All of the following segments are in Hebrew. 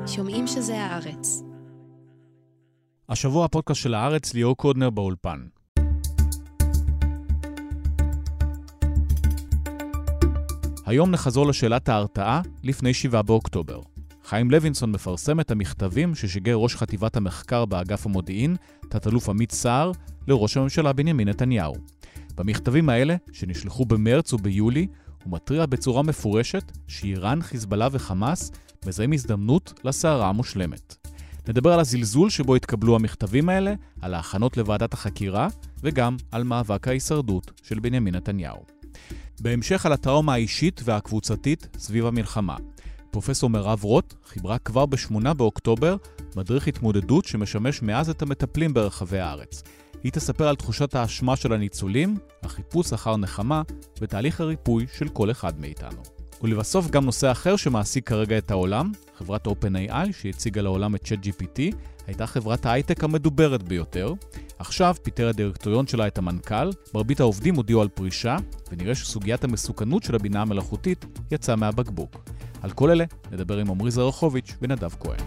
שומעים שזה הארץ. השבוע הפודקאסט של הארץ, ליאור קודנר באולפן. היום נחזור לשאלת ההרתעה לפני 7 באוקטובר. חיים לוינסון מפרסם את המכתבים ששיגר ראש חטיבת המחקר באגף המודיעין, תת-אלוף עמית סער, לראש הממשלה בנימין נתניהו. במכתבים האלה, שנשלחו במרץ וביולי, הוא מתריע בצורה מפורשת שאיראן, חיזבאללה וחמאס מזהים הזדמנות לסערה המושלמת. נדבר על הזלזול שבו התקבלו המכתבים האלה, על ההכנות לוועדת החקירה, וגם על מאבק ההישרדות של בנימין נתניהו. בהמשך על הטראומה האישית והקבוצתית סביב המלחמה. פרופסור מירב רוט חיברה כבר ב8 באוקטובר מדריך התמודדות שמשמש מאז את המטפלים ברחבי הארץ. היא תספר על תחושת האשמה של הניצולים, החיפוש אחר נחמה ותהליך הריפוי של כל אחד מאיתנו. ולבסוף גם נושא אחר שמעסיק כרגע את העולם, חברת OpenAI שהציגה לעולם את ChatGPT, הייתה חברת ההייטק המדוברת ביותר. עכשיו פיטר הדירקטוריון שלה את המנכ"ל, מרבית העובדים הודיעו על פרישה, ונראה שסוגיית המסוכנות של הבינה המלאכותית יצאה מהבקבוק. על כל אלה נדבר עם עמרי זרחוביץ' ונדב כהן.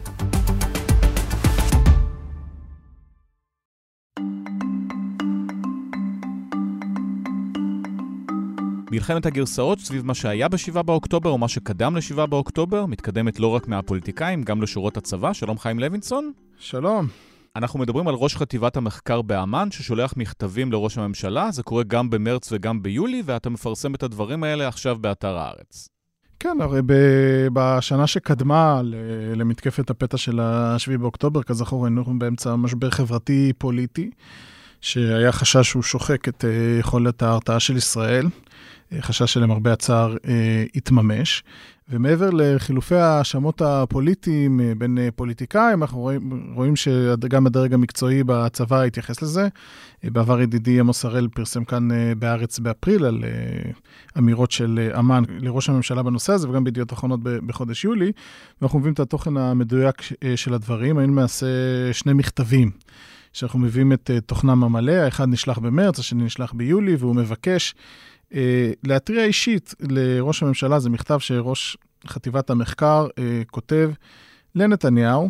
מלחמת הגרסאות סביב מה שהיה ב7 באוקטובר או מה שקדם ל7 באוקטובר מתקדמת לא רק מהפוליטיקאים, גם לשורות הצבא. שלום חיים לוינסון. שלום. אנחנו מדברים על ראש חטיבת המחקר באמן ששולח מכתבים לראש הממשלה. זה קורה גם במרץ וגם ביולי, ואתה מפרסם את הדברים האלה עכשיו באתר הארץ. כן, הרי בשנה שקדמה למתקפת הפתע של ה7 באוקטובר, כזכור, היינו באמצע משבר חברתי פוליטי, שהיה חשש שהוא שוחק את יכולת ההרתעה של ישראל. חשש שלמרבה הצער התממש, ומעבר לחילופי ההאשמות הפוליטיים בין פוליטיקאים, אנחנו רואים שגם הדרג המקצועי בצבא התייחס לזה. בעבר ידידי עמוס הראל פרסם כאן בארץ באפריל על אמירות של אמן לראש הממשלה בנושא הזה, וגם בידיעות אחרונות בחודש יולי, ואנחנו מביאים את התוכן המדויק של הדברים. היינו מעשה שני מכתבים, שאנחנו מביאים את תוכנם המלא, האחד נשלח במרץ, השני נשלח ביולי, והוא מבקש להתריע אישית לראש הממשלה. זה מכתב שראש חטיבת המחקר כותב לנתניהו,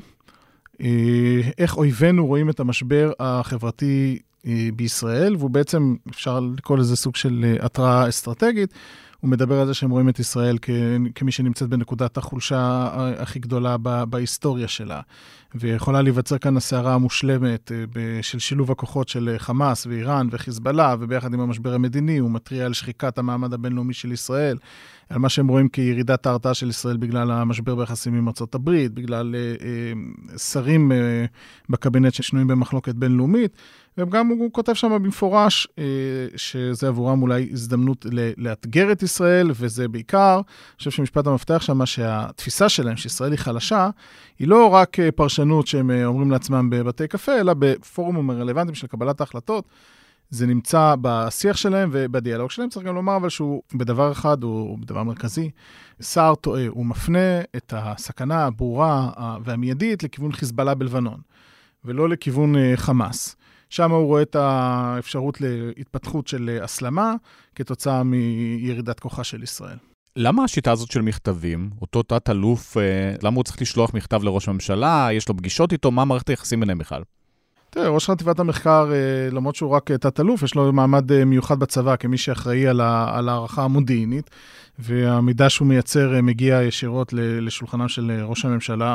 איך אויבינו רואים את המשבר החברתי בישראל, והוא בעצם, אפשר לקרוא לזה סוג של התראה אסטרטגית. הוא מדבר על זה שהם רואים את ישראל כמי שנמצאת בנקודת החולשה הכי גדולה בהיסטוריה שלה, ויכולה להיווצר כאן הסערה המושלמת של שילוב הכוחות של חמאס ואיראן וחיזבאללה, וביחד עם המשבר המדיני הוא מטריע על שחיקת המעמד הבינלאומי של ישראל, על מה שהם רואים כירידת ההרתעה של ישראל בגלל המשבר ביחסים עם ארצות הברית, בגלל שרים בקבינט ששנויים במחלוקת בינלאומית, וגם הוא כותב שם במפורש שזה עבורם אולי הזדמנות לאתגר את ישראל, וזה בעיקר, אני חושב שמשפט המפתח שם, שהתפיסה שלהם שישראל היא חלשה, היא לא רק פרשנות שהם אומרים לעצמם בבתי קפה, אלא בפורומים רלוונטיים של קבלת ההחלטות. זה נמצא בשיח שלהם ובדיאלוג שלהם. צריך גם לומר אבל שהוא בדבר אחד, הוא בדבר מרכזי. סער טועה, הוא מפנה את הסכנה הברורה והמיידית לכיוון חיזבאללה בלבנון, ולא לכיוון חמאס. שם הוא רואה את האפשרות להתפתחות של הסלמה כתוצאה מירידת כוחה של ישראל. למה השיטה הזאת של מכתבים, אותו תת-אלוף, למה הוא צריך לשלוח מכתב לראש הממשלה? יש לו פגישות איתו? מה מערכת היחסים ביניהם בכלל? תראה, ראש חטיבת המחקר, למרות שהוא רק תת-אלוף, יש לו מעמד מיוחד בצבא כמי שאחראי על הערכה המודיעינית, והמידע שהוא מייצר מגיע ישירות לשולחנם של ראש הממשלה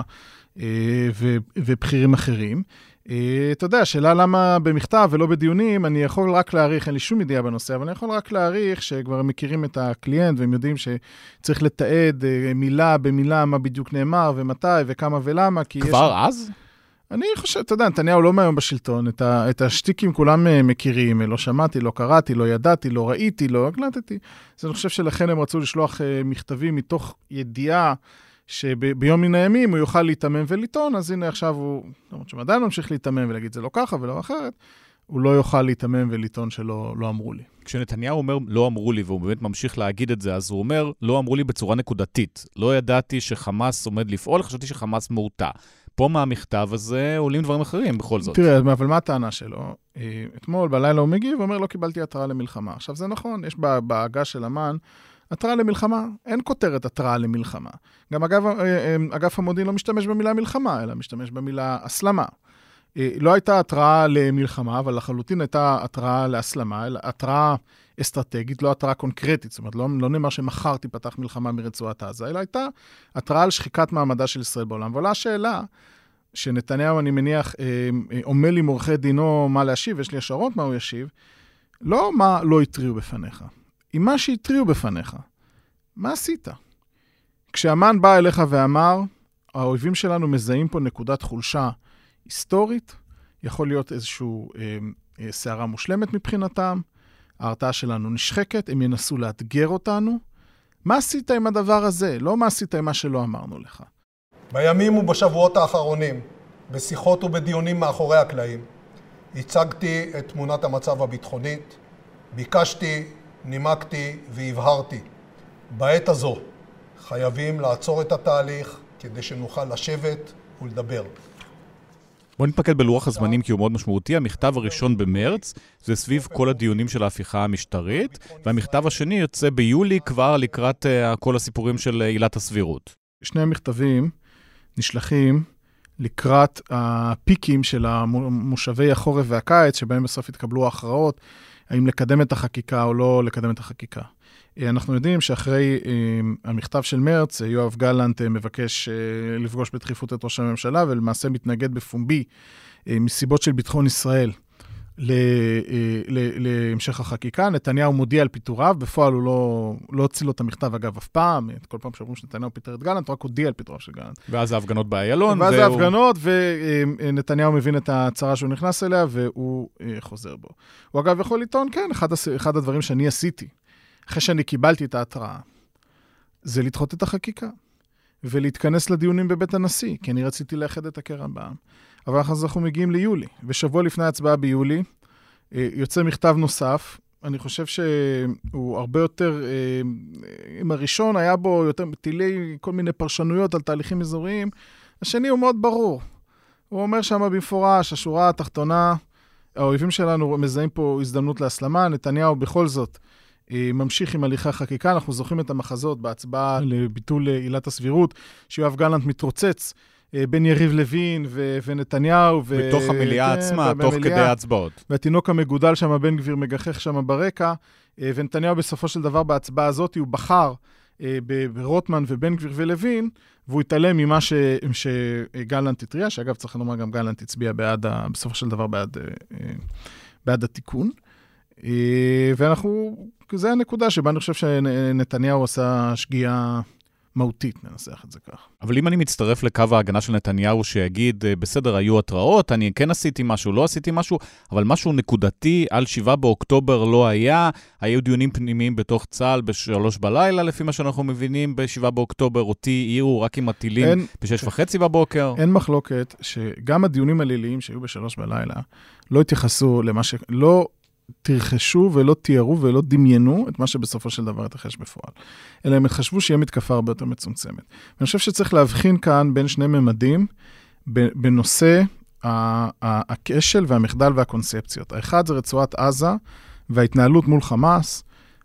ובכירים אחרים. אתה יודע, השאלה למה במכתב ולא בדיונים, אני יכול רק להעריך, אין לי שום ידיעה בנושא, אבל אני יכול רק להעריך שכבר הם מכירים את הקליינט, והם יודעים שצריך לתעד מילה במילה מה בדיוק נאמר, ומתי וכמה ולמה. כבר אז? אני חושב, אתה יודע, נתניהו לא מהיום בשלטון, את השטיקים כולם מכירים, לא שמעתי, לא קראתי, לא ידעתי, לא ראיתי, לא הקלטתי. אז אני חושב שלכן הם רצו לשלוח מכתבים מתוך ידיעה, שביום מן הימים הוא יוכל להתאמן ולטעון, אז הנה עכשיו הוא, למרות שעדיין ממשיך להתאמן ולהגיד זה לא ככה ולא אחרת, הוא לא יוכל להתאמן ולטעון שלא אמרו לי. כשנתניהו אומר לא אמרו לי, והוא באמת ממשיך להגיד את זה, אז הוא אומר לא אמרו לי בצורה נקודתית. לא ידעתי שחמאס עומד לפעול, חשבתי שחמאס מורתע. פה מהמכתב הזה עולים דברים אחרים בכל זאת. תראה, אבל מה הטענה שלו? אתמול בלילה הוא מגיב ואומר לא קיבלתי התראה למלחמה. עכשיו זה נכון, יש בהגה של אמן התראה למלחמה, אין כותרת התראה למלחמה. גם אגף המודיעין לא משתמש במילה מלחמה, אלא משתמש במילה הסלמה. לא הייתה התראה למלחמה, אבל לחלוטין הייתה התראה להסלמה, אלא התראה אסטרטגית, לא התראה קונקרטית, זאת אומרת, לא נאמר שמחר תיפתח מלחמה מרצועת עזה, אלא הייתה התראה על שחיקת מעמדה של ישראל בעולם. ועולה השאלה, שנתניהו, אני מניח, עומל עם עורכי דינו מה להשיב, יש לי השערות מה הוא ישיב, לא מה לא התריעו בפניך, עם מה שהתריעו בפניך. מה עשית? כשאמן בא אליך ואמר, האויבים שלנו מזהים פה נקודת חולשה היסטורית, יכול להיות איזושהי שערה מושלמת מבחינתם, ההרתעה שלנו נשחקת, הם ינסו לאתגר אותנו. מה עשית עם הדבר הזה? לא מה עשית עם מה שלא אמרנו לך. בימים ובשבועות האחרונים, בשיחות ובדיונים מאחורי הקלעים, הצגתי את תמונת המצב הביטחונית, ביקשתי, נימקתי והבהרתי. בעת הזו חייבים לעצור את התהליך כדי שנוכל לשבת ולדבר. בוא נתמקד בלוח הזמנים כי הוא מאוד משמעותי. המכתב הראשון במרץ, זה סביב כל הדיונים של ההפיכה המשטרית, והמכתב השני יוצא ביולי כבר לקראת כל הסיפורים של עילת הסבירות. שני המכתבים נשלחים לקראת הפיקים של מושבי החורף והקיץ, שבהם בסוף התקבלו ההכרעות, האם לקדם את החקיקה או לא לקדם את החקיקה. אנחנו יודעים שאחרי המכתב של מרץ, יואב גלנט מבקש לפגוש בדחיפות את ראש הממשלה, ולמעשה מתנגד בפומבי מסיבות של ביטחון ישראל להמשך החקיקה. נתניהו מודיע על פיטוריו, בפועל הוא לא הוציא לו את המכתב אגב אף פעם, כל פעם שאומרים שנתניהו פיטר את גלנט, רק הודיע על פיטוריו של גלנט. ואז ההפגנות באיילון. ואז ההפגנות, ונתניהו מבין את הצרה שהוא נכנס אליה, והוא חוזר בו. הוא אגב יכול לטעון, כן, אחד הדברים שאני עשיתי, אחרי שאני קיבלתי את ההתראה, זה לדחות את החקיקה, ולהתכנס לדיונים בבית הנשיא, כי אני רציתי לאחד את הקרע בעם. אבל אחרי זה אנחנו מגיעים ליולי, ושבוע לפני ההצבעה ביולי, יוצא מכתב נוסף, אני חושב שהוא הרבה יותר, עם הראשון היה בו יותר טילי כל מיני פרשנויות על תהליכים אזוריים, השני הוא מאוד ברור. הוא אומר שם במפורש, השורה התחתונה, האויבים שלנו מזהים פה הזדמנות להסלמה, נתניהו בכל זאת, ממשיך עם הליכי החקיקה, אנחנו זוכרים את המחזות בהצבעה לביטול עילת הסבירות, שיואב גלנט מתרוצץ בין יריב לוין ונתניהו. בתוך המליאה עצמה, תוך כדי ההצבעות. והתינוק המגודל שם, בן גביר מגחך שם ברקע, ונתניהו בסופו של דבר בהצבעה הזאת, הוא בחר ברוטמן ובן גביר ולוין, והוא התעלם ממה שגלנט התריע, שאגב צריך לומר גם גלנט הצביע בסופו של דבר בעד התיקון. ואנחנו, זה הנקודה שבה אני חושב שנתניהו עושה שגיאה מהותית, ננסח את זה כך. אבל אם אני מצטרף לקו ההגנה של נתניהו שיגיד, בסדר, היו התראות, אני כן עשיתי משהו, לא עשיתי משהו, אבל משהו נקודתי על 7 באוקטובר לא היה, היו דיונים פנימיים בתוך צה"ל ב3 בלילה, לפי מה שאנחנו מבינים, ב7 באוקטובר אותי העירו רק עם הטילים ב6:30 בבוקר. אין מחלוקת שגם הדיונים הליליים שהיו ב3 בלילה, לא התייחסו למה לא תרחשו ולא תיארו ולא דמיינו את מה שבסופו של דבר התרחש בפועל. אלא הם התחשבו שיהיה מתקפה הרבה יותר מצומצמת. ואני חושב שצריך להבחין כאן בין שני ממדים, בנושא הכשל והמחדל והקונספציות. האחד זה רצועת עזה וההתנהלות מול חמאס,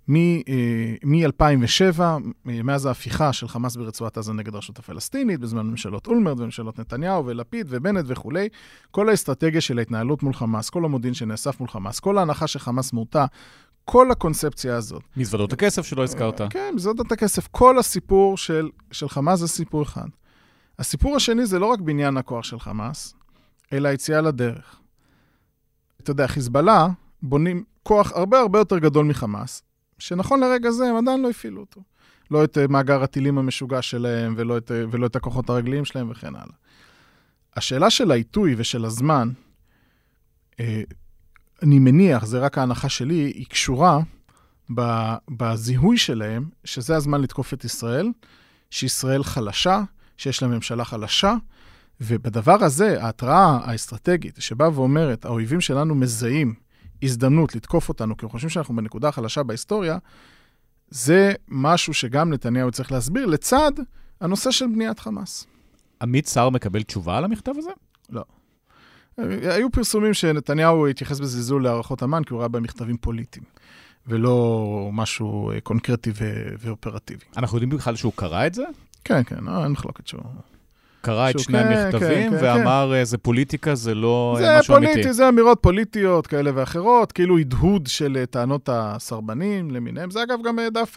מ-2007, מאז ההפיכה של חמאס ברצועת עזה נגד הרשות הפלסטינית, בזמן ממשלות אולמרט וממשלות נתניהו ולפיד ובנט וכו', כל האסטרטגיה של ההתנהלות מול חמאס, כל המודיעין שנאסף מול חמאס, כל ההנחה שחמאס מורתע, כל הקונספציה הזאת. מזוודות הכסף שלא הזכרת. כן, מזוודות הכסף. כל הסיפור של חמאס זה סיפור אחד. הסיפור השני זה לא רק בניין הכוח של חמאס, אלא היציאה לדרך. אתה יודע, חיזבאללה בונים כוח הרבה הרבה יותר גדול מחמאס, שנכון לרגע זה הם עדיין לא הפעילו אותו. לא את מאגר הטילים המשוגע שלהם, ולא את הכוחות הרגליים שלהם וכן הלאה. השאלה של העיתוי ושל הזמן, אני מניח, זה רק ההנחה שלי, היא קשורה בזיהוי שלהם, שזה הזמן לתקוף את ישראל, שישראל חלשה, שיש לה ממשלה חלשה, ובדבר הזה, ההתראה האסטרטגית, שבאה ואומרת, האויבים שלנו מזהים הזדמנות לתקוף אותנו, כי הם חושבים שאנחנו בנקודה חלשה בהיסטוריה, זה משהו שגם נתניהו צריך להסביר, לצד הנושא של בניית חמאס. עמית שר מקבל תשובה על המכתב הזה? לא. היו פרסומים שנתניהו התייחס בזלזול להערכות אמן, כי הוא ראה במכתבים פוליטיים. ולא משהו קונקרטי ואופרטיבי. אנחנו יודעים בכלל שהוא קרא את זה? כן, כן, אין מחלוקת שהוא... קרא את שני המכתבים ואמר, זה פוליטיקה, זה לא משהו אמיתי. זה אמירות פוליטיות כאלה ואחרות, כאילו הדהוד של טענות הסרבנים למיניהם. זה אגב גם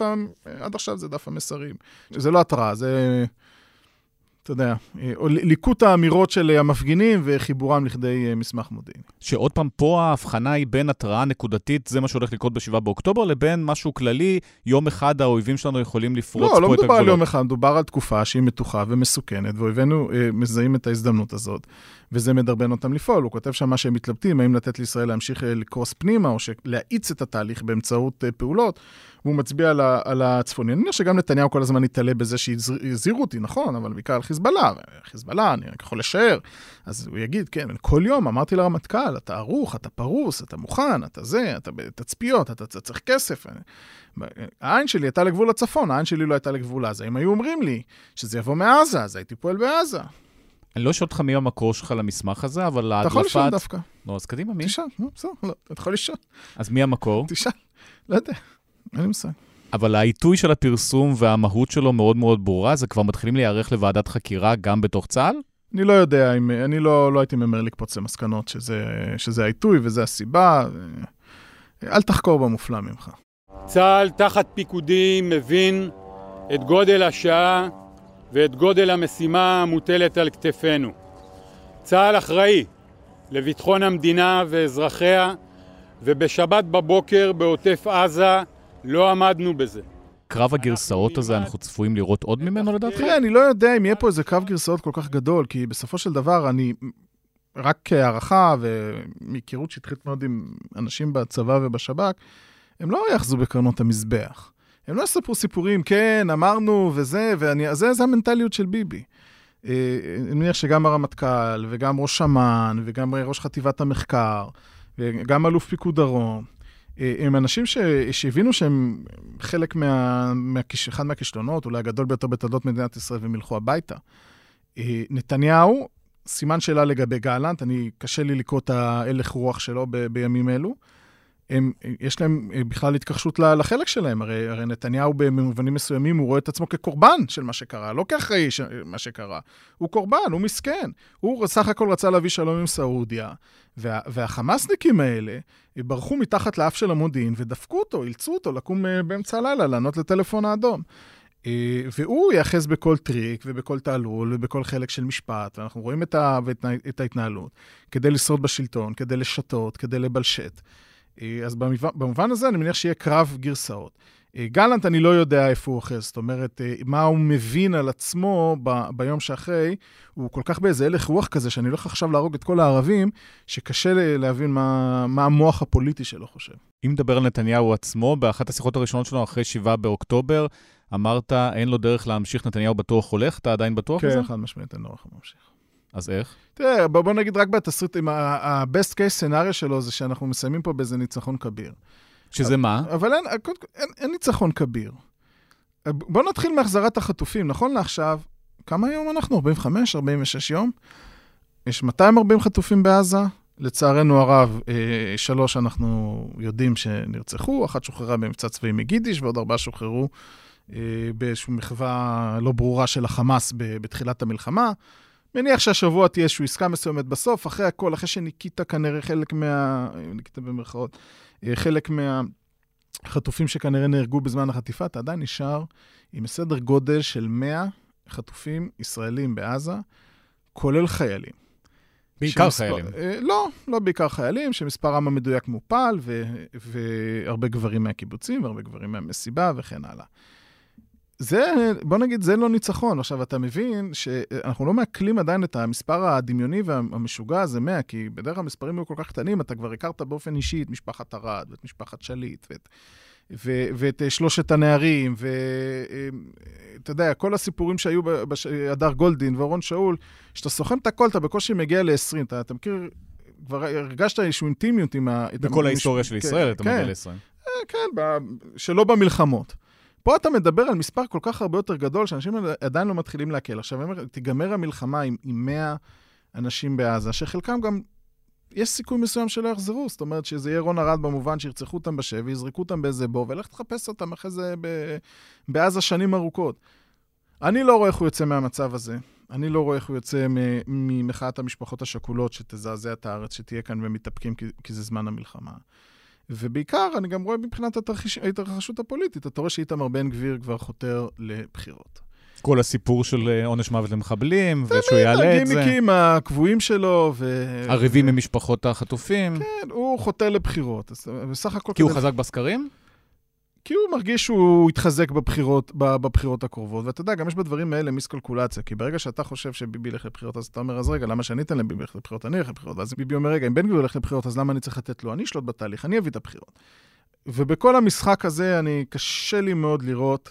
עד עכשיו זה דף המסרים. זה לא התראה, זה... אתה יודע, ליקוט האמירות של המפגינים וחיבורם לכדי מסמך מודיעין. שעוד פעם, פה ההבחנה היא בין התראה נקודתית, זה מה שהולך לקרות ב7 באוקטובר, לבין משהו כללי, יום אחד האויבים שלנו יכולים לפרוץ פה את הגבולות. לא מדובר על יום אחד, מדובר על תקופה שהיא מתוחה ומסוכנת, ואויבינו מזהים את ההזדמנות הזאת, וזה מדרבן אותם לפעול. הוא כותב שם מה שהם מתלבטים, האם לתת לישראל להמשיך לקרוס פנימה, או להאיץ את התהליך באמצעות פעולות, והוא מצביע על הצפוני. אני חושב שגם נתניהו כל הזמן יתעלה בזה שיזהירו אותי, נכון, אבל בעיקר על חיזבאללה, אני יכול לשער. אז הוא יגיד, כן, כל יום אמרתי לרמטכ"ל, אתה ערוך, אתה פרוס, אתה מוכן, אתה זה, אתה תצפיות, אתה צריך כסף. העין שלי הייתה לגבול הצפון, העין שלי לא הייתה לגבול עזה. אם היו אומרים לי שזה יבוא מעזה, אז הייתי פועל בעזה. אני לא שואל אותך מי המקור שלך למסמך הזה, אבל אתה יכול לשאול דווקא. לא, אז קדימה, מי? תשאל, בסדר, אתה יכול לשאול. אז מי המקור? תשאל, לא יודע, אין לי מושג. אבל העיתוי של הפרסום והמהות שלו מאוד מאוד ברורה, זה כבר מתחילים להיערך לוועדת חקירה גם בתוך צה"ל? אני לא יודע, אני לא הייתי ממהר לקפוץ למסקנות שזה העיתוי וזה הסיבה. אל תחקור במופלא ממך. צה"ל תחת פיקודי מבין את גודל השעה ואת גודל המשימה המוטלת על כתפינו. צה"ל אחראי לביטחון המדינה ואזרחיה, ובשבת בבוקר בעוטף עזה לא עמדנו בזה. קרב הגרסאות הזה, אנחנו צפויים לראות עוד ממנו לדעתך? תראה, אני לא יודע אם יהיה פה איזה קרב גרסאות כל כך גדול, כי בסופו של דבר אני רק כהערכה ומכירות שטחית מאוד עם אנשים בצבא ובשב"כ, הם לא יחזו בקרנות המזבח. הם לא יספרו סיפורים, כן, אמרנו וזה, זה המנטליות של ביבי. אני מניח שגם הרמטכ"ל וגם ראש אמ"ן וגם ראש חטיבת המחקר וגם אלוף פיקוד דרום, הם אנשים שהבינו שהם חלק אחד מהכישלונות, אולי הגדול ביותר בתולדות מדינת ישראל, ומלכו הביתה. נתניהו, סימן שאלה לגבי גלנט, קשה לי לקרוא את ההלך רוח שלו בימים אלו, יש להם בכלל התכחשות לחלק שלהם, הרי נתניהו במובנים מסוימים, הוא רואה את עצמו כקורבן של מה שקרה, לא כאחראי מה שקרה. הוא קורבן, הוא מסכן. הוא סך הכל רצה להביא שלום עם סעודיה, והחמאסניקים האלה ברחו מתחת לאף של המודיעין, ודפקו אותו, אילצו אותו לקום באמצע הלילה, לענות לטלפון האדום. והוא יאחז בכל טריק ובכל תעלול ובכל חלק של משפט, ואנחנו רואים את ההתנהלות, כדי לשרוד בשלטון, כדי לשתות, כדי לבלשת. אז במובן הזה אני מניח שיהיה קרב גרסאות. גלנט אני לא יודע איפה הוא אוחז, זאת אומרת, מה הוא מבין על עצמו ביום שאחרי, הוא כל כך באיזה הלך רוח כזה, שאני הולך עכשיו להרוג את כל הערבים, שקשה להבין מה המוח הפוליטי שלו חושב. אם מדבר על נתניהו עצמו, באחת השיחות הראשונות שלנו אחרי 7 באוקטובר, אמרת, אין לו דרך להמשיך, נתניהו בטוח הולך, אתה עדיין בטוח בזה? כן, חד משמעית, אין לו דרך להמשיך. אז איך? תראה, בוא נגיד רק בתסריט, ה-best case scenario שלו זה שאנחנו מסיימים פה באיזה ניצחון כביר. שזה מה? אבל אין ניצחון כביר. בוא נתחיל מהחזרת החטופים. נכון לעכשיו, כמה יום אנחנו? 45, 46 יום? יש 240 חטופים בעזה. לצערנו הרב, 3 אנחנו יודעים שנרצחו, 1 שוחררה במבצע צבאי מגידיש, ועוד 4 שוחררו באיזושהי מחווה לא ברורה של החמאס בתחילת המלחמה. מניח שהשבוע תהיה איזושהי עסקה מסוימת בסוף, אחרי הכל, אחרי שניקית כנראה ניקית במרכאות, חלק מהחטופים שכנראה נהרגו בזמן החטיפה, אתה עדיין נשאר עם סדר גודל של 100 חטופים ישראלים בעזה, כולל חיילים. בעיקר חיילים. לא בעיקר חיילים, שמספרם המדויק מופל, והרבה גברים מהקיבוצים, והרבה גברים מהמסיבה וכן הלאה. בוא נגיד, זה לא ניצחון. עכשיו, אתה מבין שאנחנו לא מעכלים עדיין את המספר הדמיוני והמשוגע הזה 100, כי בדרך המספרים היו כל כך קטנים, אתה כבר הכרת באופן אישי את משפחת ארד, ואת משפחת שליט, ואת 3 הנערים, ואתה יודע, כל הסיפורים שהיו בהדר גולדין ואורון שאול, שאתה סוכם את הכל, אתה בקושי מגיע ל-20, אתה מכיר, כבר הרגשת איזשהו אינטימיות עם בכל ההיסטוריה של ישראל, אתה מגיע ל-20. כן, שלא במלחמות. פה אתה מדבר על מספר כל כך הרבה יותר גדול, שאנשים עדיין לא מתחילים להקל. עכשיו, תיגמר המלחמה עם 100 אנשים בעזה, שחלקם גם יש סיכוי מסוים שלא יחזרו, זאת אומרת שזה יהיה רון ארד במובן שירצחו אותם בשבי, יזרקו אותם באיזה בור, ולך תחפש אותם אחרי זה בעזה שנים ארוכות. אני לא רואה איך הוא יוצא מהמצב הזה. אני לא רואה איך הוא יוצא ממחאת המשפחות השכולות שתזעזע את הארץ, שתהיה כאן ומתאפקים כי זה זמן המלחמה. ובעיקר, אני גם רואה מבחינת ההתרחשות הפוליטית, אתה רואה שאיתמר בן גביר כבר חותר לבחירות. כל הסיפור של עונש מוות למחבלים, ושהוא יעלה את זה. הגימיקים הקבועים שלו, הריבים עם משפחות החטופים. כן, הוא חותר לבחירות. בסך הכל... כי הוא חזק בסקרים? כי הוא מרגיש שהוא יתחזק בבחירות הקרובות, ואתה יודע, גם יש בדברים האלה מיסקלקולציה, כי ברגע שאתה חושב שביבי ילך לבחירות, אז אתה אומר, אז רגע, למה שאני אתן לביבי ילך לבחירות? אני אלך לבחירות, ואז ביבי אומר, רגע, אם בן גביר ילך לבחירות, אז למה אני צריך לתת לו? אני אשלוט בתהליך, אני אביא את הבחירות. ובכל המשחק הזה, קשה לי מאוד לראות,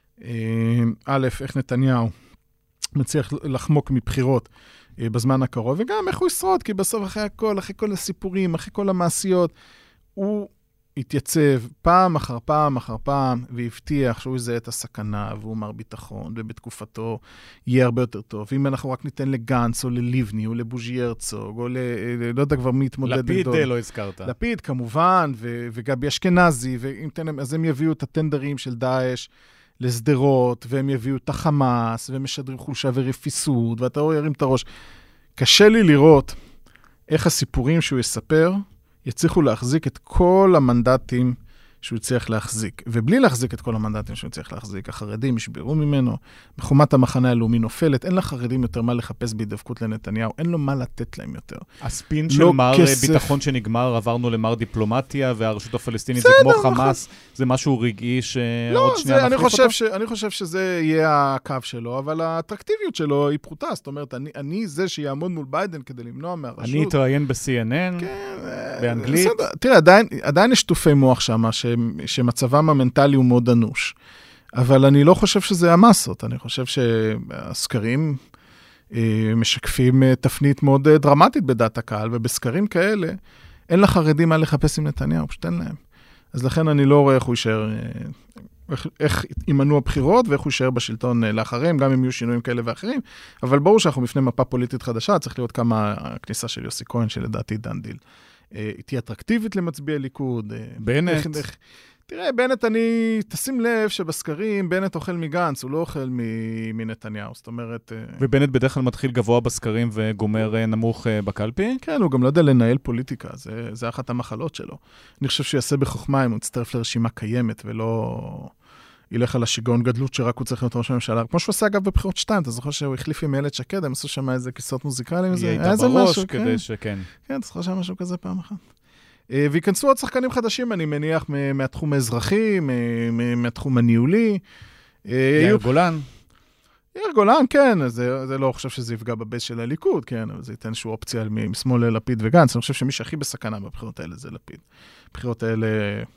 א', איך נתניהו מצליח לחמוק מבחירות בזמן הקרוב, וגם איך הוא ישרוד, כי בסוף אחרי כל הסיפורים, אחרי כל המעשיות, הוא התייצב פעם אחר פעם אחר פעם, והבטיח שהוא יזהה את הסכנה, והוא מר ביטחון, ובתקופתו יהיה הרבה יותר טוב. ואם אנחנו רק ניתן לגנץ, או לליבני, או לבוז'י הרצוג, או לא יודע כבר מי יתמודד לפיד לא הזכרת. לפיד, כמובן, וגבי אשכנזי, אז הם יביאו את הטנדרים של דאעש לסדרות, והם יביאו את החמאס, והם משדרים חולשה ורפיסות, ואתה רואה ירים את הראש. קשה לי לראות איך הסיפורים שהוא יספר, יצליחו להחזיק את כל המנדטים שהוא צריך להחזיק. ובלי להחזיק את כל המנדטים שהוא צריך להחזיק, החרדים ישברו ממנו, בחומת המחנה הלאומי נופלת, אין לחרדים יותר מה לחפש בהידבקות לנתניהו, אין לו מה לתת להם יותר. הספין של מר ביטחון שנגמר, עברנו למר דיפלומטיה, והרשות הפלסטינית זה כמו חמאס, זה משהו רגעי שעוד שנייה נחליף אותו? אני חושב שזה יהיה הקו שלו, אבל האטרקטיביות שלו היא פרוטה, זאת אומרת, אני זה שיעמוד מול ביידן כדי למנוע מהרשות. אני אתראיין ב-CNN, באנגלית. תראה, עדיין יש תופי מוח שם, שמצבם המנטלי הוא מאוד אנוש. אבל אני לא חושב שזה המסות. אני חושב שהסקרים משקפים תפנית מאוד דרמטית בדעת הקהל, ובסקרים כאלה אין לחרדים מה לחפש עם נתניהו, פשוט אין להם. אז לכן אני לא רואה איך הוא יישאר, איך יימנעו הבחירות, ואיך הוא יישאר בשלטון לאחרים, גם אם יהיו שינויים כאלה ואחרים. אבל ברור שאנחנו בפני מפה פוליטית חדשה, צריך לראות כמה הכניסה של יוסי כהן, שלדעתי דן דיל. תהיה אטרקטיבית למצביעי ליכוד. בנט. תראה, בנט, תשים לב שבסקרים, בנט אוכל מגנץ, הוא לא אוכל מנתניהו, זאת אומרת... ובנט בדרך כלל מתחיל גבוה בסקרים וגומר נמוך בקלפי? כן, הוא גם לא יודע לנהל פוליטיקה, זה אחת המחלות שלו. אני חושב שהוא יעשה בחוכמה אם הוא יצטרף לרשימה קיימת, ולא ילך על השיגעון גדלות שרק הוא צריך להיות ראש הממשלה. כמו שהוא עשה אגב בבחירות 2, אתה זוכר שהוא החליף עם איילת שקד, הם עשו שם איזה כיסאות מוזיקליים, היא הייתה בראש כדי שכן. כן, אתה זוכר שם משהו כזה פעם אחת. ויכנסו עוד שחקנים חדשים, אני מניח, מהתחום האזרחי, מהתחום הניהולי. יאיר גולן. יאיר גולן, כן, זה לא חושב שזה יפגע בבייס של הליכוד, כן, אבל זה ייתן איזושהי אופציה משמאל ללפיד וגנץ. אני חושב שמי שהכי בסכנה בבחירות האלה זה לפיד. הבחירות האלה,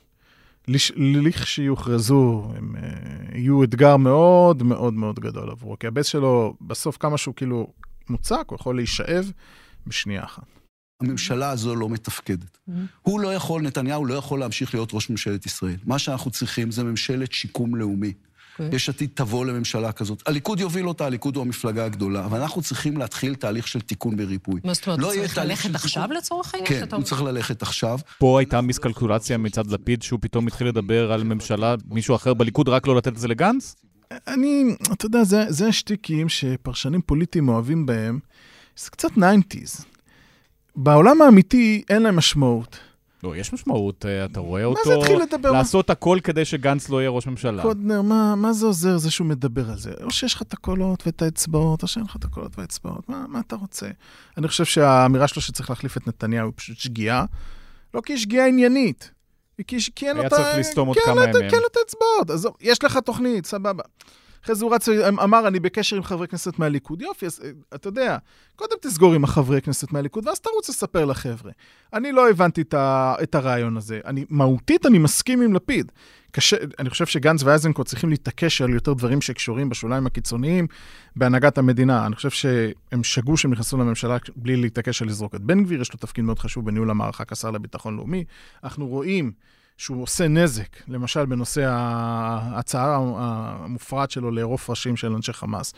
לכשיוכרזו, הם יהיו אתגר מאוד מאוד מאוד גדול עבורו, כי הבייס שלו, בסוף כמה שהוא כאילו מוצק, הוא יכול להישאב בשנייה אחת. הממשלה הזו לא מתפקדת. הוא לא יכול, נתניהו לא יכול להמשיך להיות ראש ממשלת ישראל. מה שאנחנו צריכים זה ממשלת שיקום לאומי. יש עתיד תבוא לממשלה כזאת. הליכוד יוביל אותה, הליכוד הוא המפלגה הגדולה, אבל אנחנו צריכים להתחיל תהליך של תיקון וריפוי. מה זאת אומרת, הוא צריך ללכת עכשיו לצורך העניין? כן, הוא צריך ללכת עכשיו. פה הייתה מיסקלקולציה מצד לפיד, שהוא פתאום התחיל לדבר על ממשלה, מישהו אחר בליכוד, רק לא לתת את זה לגנץ? אתה יודע, זה השטיקים שפרשנים פוליטיים אוהבים בהם, זה קצת 90s. בעולם האמיתי אין להם משמעות. לא, יש משמעות, אתה רואה אותו לעשות הכל כדי שגנץ לא יהיה ראש ממשלה. קודנר, מה זה עוזר זה שהוא מדבר על זה? או שיש לך את הקולות ואת האצבעות, או שאין לך את הקולות והאצבעות, מה אתה רוצה? אני חושב שהאמירה שלו שצריך להחליף את נתניהו היא פשוט שגיאה, לא כי היא שגיאה עניינית, כי אין לו את האצבעות, אז יש לך תוכנית, סבבה. אחרי זה הוא רץ, אמר, אני בקשר עם חברי כנסת מהליכוד. יופי, אתה יודע, קודם תסגור עם החברי כנסת מהליכוד, ואז תרוץ לספר לחבר'ה. אני לא הבנתי את הרעיון הזה. מהותית, אני מסכים עם לפיד. אני חושב שגנץ ואיזנקוט צריכים להתעקש על יותר דברים שקשורים בשוליים הקיצוניים בהנהגת המדינה. אני חושב שהם שגו שהם נכנסו לממשלה בלי להתעקש על לזרוק את בן גביר. יש לו תפקיד מאוד חשוב בניהול המערכה כשר לביטחון לאומי. אנחנו רואים שהוא עושה נזק, למשל בנושא ההצעה המופרעת שלו לערוף ראשים של אנשי חמאס,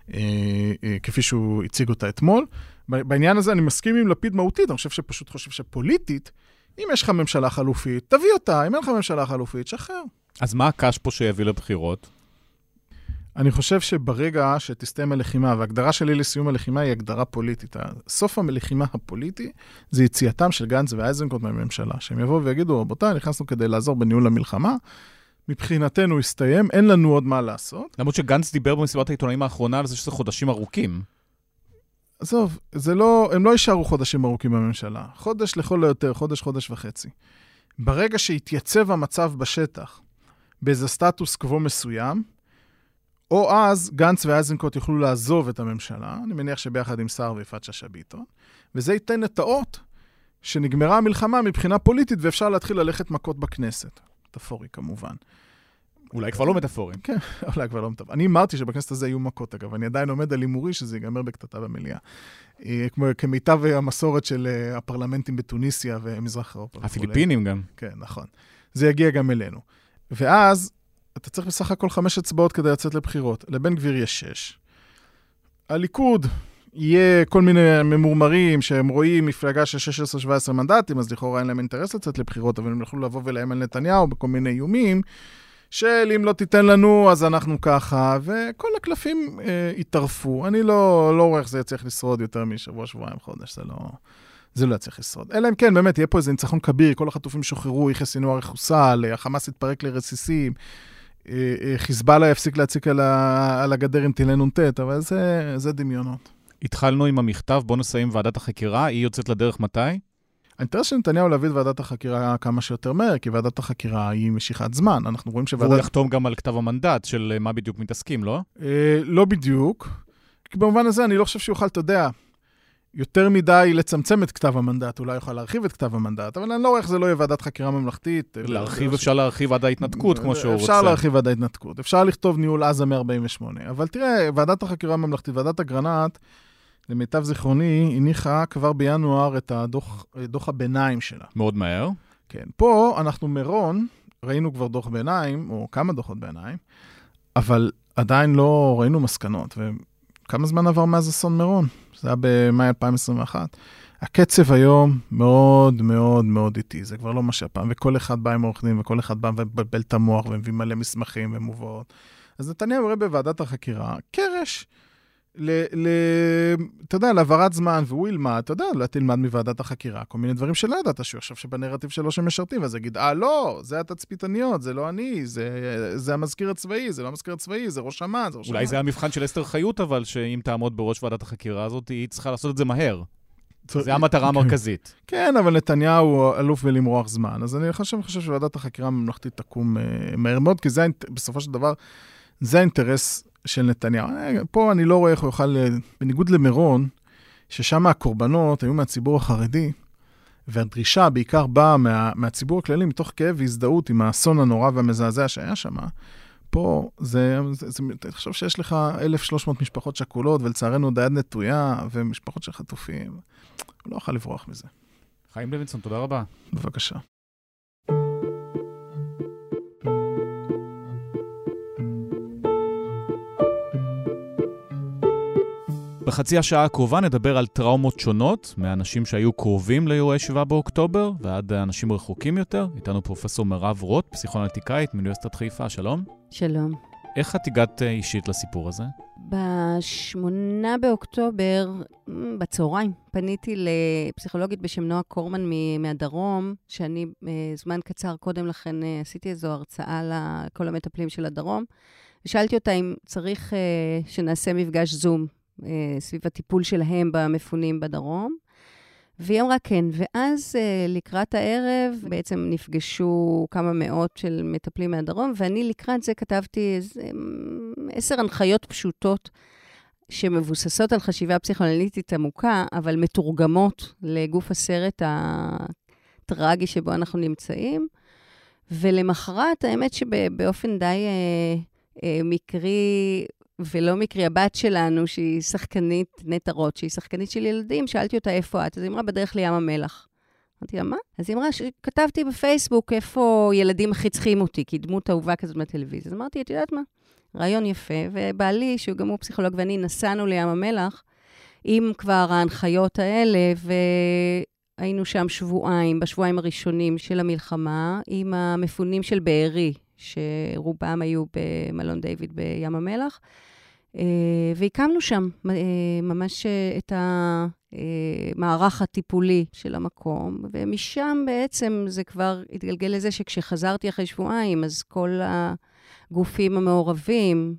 כפי שהוא הציג אותה אתמול. בעניין הזה אני מסכים עם לפיד מהותית, אני חושב שפוליטית, אם יש לך ממשלה חלופית, תביא אותה, אם אין לך ממשלה חלופית, שחרר. אז מה הקש פה שיביא לבחירות? אני חושב שברגע שתסתיים הלחימה, וההגדרה שלי לסיום הלחימה היא הגדרה פוליטית. סוף הלחימה הפוליטי זה יציאתם של גנץ ואיזנקוט מהממשלה, שהם יבואו ויגידו, רבותיי, נכנסנו כדי לעזור בניהול המלחמה, מבחינתנו הסתיים, אין לנו עוד מה לעשות. למרות שגנץ דיבר במסיבת העיתונאים האחרונה על זה שזה חודשים ארוכים. עזוב, הם לא יישארו חודשים ארוכים בממשלה. חודש לכל היותר, חודש וחצי. ברגע שהתייצב המצב בשטח, באיזה סטטוס קוו מסוים, או אז גנץ ואיזנקוט יוכלו לעזוב את הממשלה, אני מניח שביחד עם שר ויפעת שאשא ביטון, וזה ייתן את האות שנגמרה המלחמה מבחינה פוליטית, ואפשר להתחיל ללכת מכות בכנסת. מטאפורי כמובן. אולי כבר לא מטאפורים. כן, אולי כבר לא מטאפורים. אני אמרתי שבכנסת הזה יהיו מכות, אגב, אני עדיין עומד על הימורי שזה ייגמר בקטטה במליאה. כמיטב המסורת של הפרלמנטים בתוניסיה ומזרח אירופה. הפיליפינים גם. כן, נכון. זה יגיע גם אלינו. ואז אתה צריך בסך הכל 5 אצבעות כדי לצאת לבחירות. לבן גביר יש 6. הליכוד יהיה כל מיני ממורמרים שהם רואים מפלגה של 16-17 מנדטים, אז לכאורה אין להם אינטרס לצאת לבחירות, אבל הם יכולו לבוא ולהם על נתניהו בכל מיני איומים, של אם לא תיתן לנו, אז אנחנו ככה, וכל הקלפים יתערפו. אני לא רואה איך זה יצליח לשרוד יותר משבוע, שבועיים, חודש, זה לא יצליח לשרוד. אלא אם כן, באמת, יהיה פה איזה ניצחון כביר, כל החטופים שוחררו, יחיא סינואר יחוסל, החמאס יתפרק לרסיסים, חיזבאללה יפסיק להציק על הגדר עם טילי נ"ט, אבל זה דמיונות. התחלנו עם המכתב, בוא נסיים ועדת החקירה, היא יוצאת לדרך מתי? האינטרס של נתניהו להביא את ועדת החקירה כמה שיותר מהר, כי ועדת החקירה היא משיכת זמן. אנחנו רואים שוועדת... והוא יחתום גם על כתב המנדט של מה בדיוק מתעסקים, לא? לא בדיוק. כי במובן הזה אני לא חושב שיוכל, אתה יודע, יותר מדי לצמצם את כתב המנדט, אולי יוכל להרחיב את כתב המנדט, אבל אני לא רואה איך זה לא יהיה ועדת חקירה ממלכתית. אפשר להרחיב עד ההתנתקות, כמו שהוא רוצה. אפשר להרחיב עד ההתנתקות. אפשר לכתוב ניהול עזה מ-48. אבל תראה, ועדת החקירה הממלכתית, ועדת אגרנט, למיטב זיכרוני, הניחה כבר בינואר את דוח הביניים שלה. מאוד מהר. כן. פה אנחנו מרון, ראינו כבר דוח ביניים, או כמה דוחות ביניים, אבל עדיין לא ראינו מסקנות. וכמה זמן עבר מאז אסון מרון? זה היה במאי 2021. הקצב היום מאוד מאוד מאוד איטי, זה כבר לא מה שהפעם, וכל אחד בא עם עורך דין, וכל אחד בא ובלבל את המוח, ומביא מלא מסמכים ומובאות. אז נתניהו רואה בוועדת החקירה, קרש, אתה יודע, לעברת זמן, והוא ילמד, אתה יודע, לא תלמד מוועדת החקירה, כל מיני דברים שלא ידעת, שהוא עכשיו שבנרטיב שלו שמשרתים, ואז יגיד, לא, זה התצפיתניות, זה לא אני, זה המזכיר הצבאי, זה לא המזכיר הצבאי, זה ראש אמ"ן, זה ראש אמ"ן. אולי זה המבחן של אסתר חיות, אבל שאם תעמוד בראש ועדת החקירה הזאת, היא צריכה לעשות את זה מהר. זה המטרה המרכזית. כן, אבל נתניהו אלוף בלמרוח זמן, אז אני חושב שוועדת החקירה הממלכתית תקום מהר מאוד, כי בסופו של דבר, זה האינטרס של נתניהו. פה אני לא רואה איך הוא יוכל, בניגוד למרון, ששם הקורבנות היו מהציבור החרדי, והדרישה בעיקר באה מהציבור הכללי, מתוך כאב והזדהות עם האסון הנורא והמזעזע שהיה שם. פה אני חושב שיש לך 1,300 משפחות שכולות, ולצערנו דיד נטויה, ומשפחות של חטופים. הוא לא יכול לברוח מזה. חיים לוינסון, תודה רבה. בבקשה. בחצי השעה הקרובה נדבר על טראומות שונות, מאנשים שהיו קרובים לאירועי 7 באוקטובר, ועד אנשים רחוקים יותר. איתנו פרופסור מירב רוט, פסיכואנליטיקאית מאוניברסיטת חיפה. שלום. שלום. איך את הגעת אישית לסיפור הזה? ב8 באוקטובר, בצהריים, פניתי לפסיכולוגית בשם נועה קורמן מהדרום, שאני זמן קצר קודם לכן עשיתי איזו הרצאה לכל המטפלים של הדרום, ושאלתי אותה אם צריך שנעשה מפגש זום, סביב הטיפול שלהם במפונים בדרום, והיא אמרה כן, ואז לקראת הערב בעצם נפגשו כמה מאות של מטפלים מהדרום, ואני לקראת זה כתבתי 10 הנחיות פשוטות, שמבוססות על חשיבה פסיכואנליטית עמוקה, אבל מתורגמות לגוף הסרט הטרגי שבו אנחנו נמצאים, ולמחרת האמת שבאופן די מקרי, ולא מקרי, הבת שלנו, שהיא שחקנית נטע רוט, שהיא שחקנית של ילדים, שאלתי אותה איפה את, אז היא אמרה בדרך לים המלח. אמרתי לה, מה? אז היא אמרה, כתבתי בפייסבוק איפה ילדים מחיצחים אותי, כי דמות אהובה כזאת מהטלוויזיה. אז אמרתי, את יודעת מה? רעיון יפה, ובעלי, שהוא גם הוא פסיכולוג, ואני נסענו לים המלח, עם כבר ההנחיות האלה, והיינו שם בשבועיים הראשונים של המלחמה, עם המפונים של בארי, שרובם היו במלון דיוויד בים המלח, והקמנו שם ממש את המערך הטיפולי של המקום, ומשם בעצם זה כבר התגלגל לזה שכשחזרתי אחרי שבועיים, אז כל הגופים המעורבים,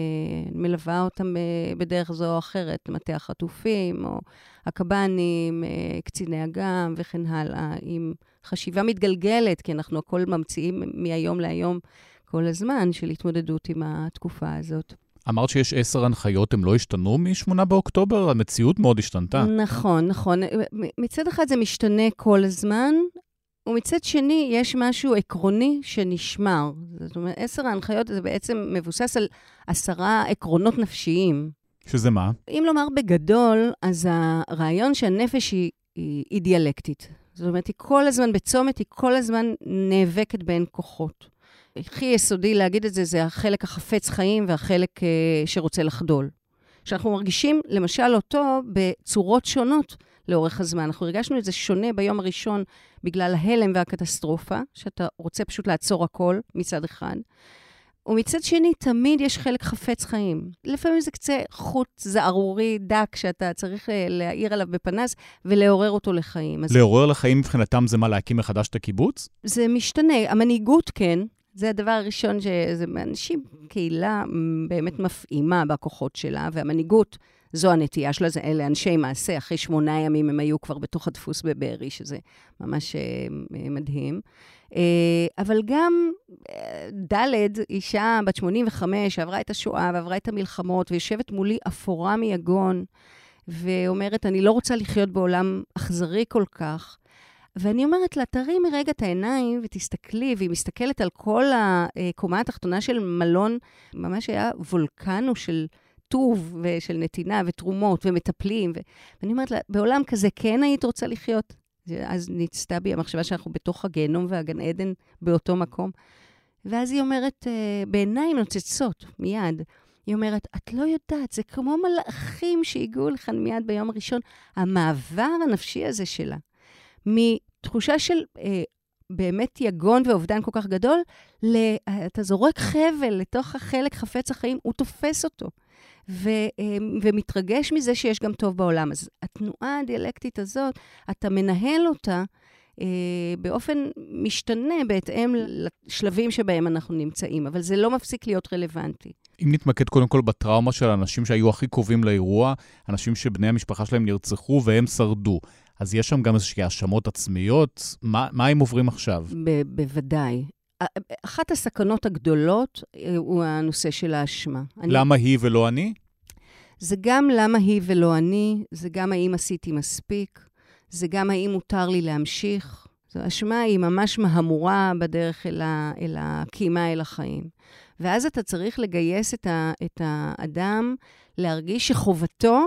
מלווה אותם בדרך זו או אחרת, מטה החטופים, או הקב"נים, קציני אג"ם וכן הלאה, עם חשיבה מתגלגלת, כי אנחנו הכל ממציאים מהיום להיום כל הזמן של התמודדות עם התקופה הזאת. אמרת שיש 10 הנחיות, הם לא השתנו מ-8 באוקטובר? המציאות מאוד השתנתה. נכון. מצד אחד זה משתנה כל הזמן, ומצד שני יש משהו עקרוני שנשמר. זאת אומרת, 10 ההנחיות זה בעצם מבוסס על 10 עקרונות נפשיים. שזה מה? אם לומר בגדול, אז הרעיון שהנפש היא דיאלקטית. זאת אומרת, היא כל הזמן בצומת, היא כל הזמן נאבקת בין כוחות. הכי יסודי להגיד את זה, זה החלק החפץ חיים והחלק שרוצה לחדול. שאנחנו מרגישים, למשל, אותו בצורות שונות לאורך הזמן. אנחנו הרגשנו את זה שונה ביום הראשון בגלל ההלם והקטסטרופה, שאתה רוצה פשוט לעצור הכל מצד אחד. ומצד שני, תמיד יש חלק חפץ חיים. לפעמים זה קצה חוט זערורי דק שאתה צריך להעיר עליו בפנס ולעורר אותו לחיים. לעורר לחיים מבחינתם זה מה, להקים מחדש את הקיבוץ? זה משתנה. המנהיגות כן. זה הדבר הראשון שזה אנשים, קהילה באמת מפעימה בכוחות שלה, והמנהיגות, זו הנטייה שלה, אלה אנשי מעשה, אחרי 8 ימים הם היו כבר בתוך הדפוס בבארי, שזה ממש מדהים. אבל גם דלת, אישה בת 85, שעברה את השואה ועברה את המלחמות, ויושבת מולי אפורה מיגון, ואומרת, אני לא רוצה לחיות בעולם אכזרי כל כך, ואני אומרת לה, תרימי רגע את העיניים ותסתכלי, והיא מסתכלת על כל הקומה התחתונה של מלון, ממש היה וולקנו של טוב ושל נתינה ותרומות ומטפלים. ואני אומרת לה, בעולם כזה כן היית רוצה לחיות? אז נצטה בי המחשבה שאנחנו בתוך הגיהנום והגן עדן באותו מקום. ואז היא אומרת, בעיניים נוצצות מיד, היא אומרת, את לא יודעת, זה כמו מלאכים שהגיעו לכאן מיד ביום הראשון, המעבר הנפשי הזה שלה. מתחושה של באמת יגון ואובדן כל כך גדול, אתה זורק חבל לתוך החלק חפץ החיים, הוא תופס אותו, ומתרגש מזה שיש גם טוב בעולם. אז התנועה הדיאלקטית הזאת, אתה מנהל אותה באופן משתנה בהתאם לשלבים שבהם אנחנו נמצאים, אבל זה לא מפסיק להיות רלוונטי. אם נתמקד קודם כל בטראומה של האנשים שהיו הכי קרובים לאירוע, אנשים שבני המשפחה שלהם נרצחו והם שרדו, אז יש שם גם איזושהי האשמות עצמיות. מה הם עוברים עכשיו? בוודאי. אחת הסכנות הגדולות הוא הנושא של האשמה. למה היא ולא אני? זה גם למה היא ולא אני, זה גם האם עשיתי מספיק, זה גם האם מותר לי להמשיך. זו האשמה היא ממש מהמורה בדרך אל הקימה אל החיים. ואז אתה צריך לגייס את האדם להרגיש שחובתו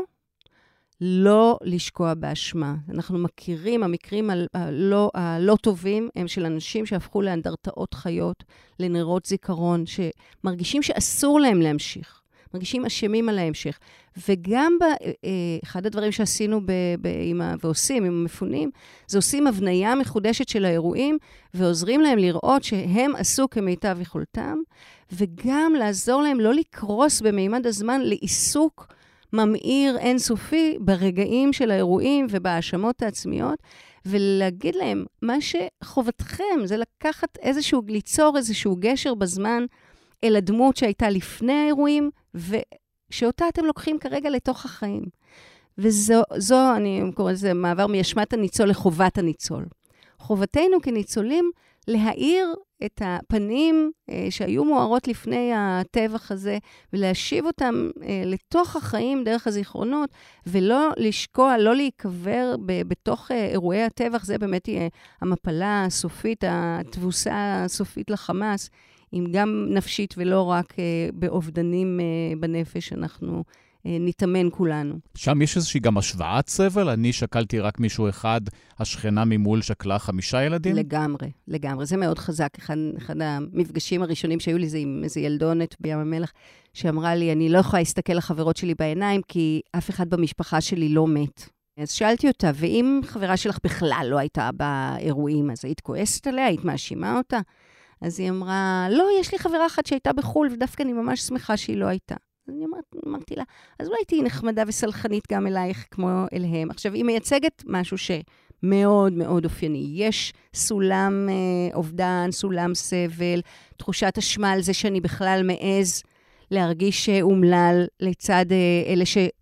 לא לשקוע באשמה. אנחנו מכירים, המקרים הלא טובים הם של אנשים שהפכו לאנדרטאות חיות, לנרות זיכרון, שמרגישים שאסור להם להמשיך, מרגישים אשמים על ההמשך. וגם אחד הדברים שעשינו ועושים עם המפונים, זה עושים הבניה מחודשת של האירועים, ועוזרים להם לראות שהם עשו כמיטב יכולתם, וגם לעזור להם לא לקרוס במימד הזמן לעיסוק ממאיר אינסופי ברגעים של האירועים ובהאשמות העצמיות, ולהגיד להם, מה שחובתכם זה ליצור איזשהו גשר בזמן אל הדמות שהייתה לפני האירועים, ושאותה אתם לוקחים כרגע לתוך החיים. וזו, אני קורא לזה מעבר מאשמת הניצול לחובת הניצול. חובתנו כניצולים להאיר את הפנים שהיו מוארות לפני הטבח הזה, ולהשיב אותם לתוך החיים דרך הזיכרונות, ולא לשקוע, לא להיקבר בתוך אירועי הטבח. זה באמת יהיה המפלה הסופית, התבוסה הסופית לחמאס, אם גם נפשית ולא רק באובדנים בנפש אנחנו נתאמן כולנו. שם יש איזושהי גם השוואת סבל? אני שקלתי רק מישהו אחד, השכנה ממול שקלה 5 ילדים? לגמרי, לגמרי. זה מאוד חזק. אחד המפגשים הראשונים שהיו לי זה עם איזו ילדונת בים המלח, שאמרה לי, אני לא יכולה להסתכל לחברות שלי בעיניים, כי אף אחד במשפחה שלי לא מת. אז שאלתי אותה, ואם חברה שלך בכלל לא הייתה באירועים, אז היית כועסת עליה, היית מאשימה אותה? אז היא אמרה, לא, יש לי חברה אחת שהייתה בחול, ודווקא אני ממש שמחה שהיא לא הייתה. אז אני אמרתי לה, אז אולי תהי נחמדה וסלחנית גם אלייך כמו אליהם. עכשיו, היא מייצגת משהו שמאוד מאוד אופייני. יש סולם אובדן, סולם סבל, תחושת אשמה על זה שאני בכלל מעז להרגיש אומלל לצד אלה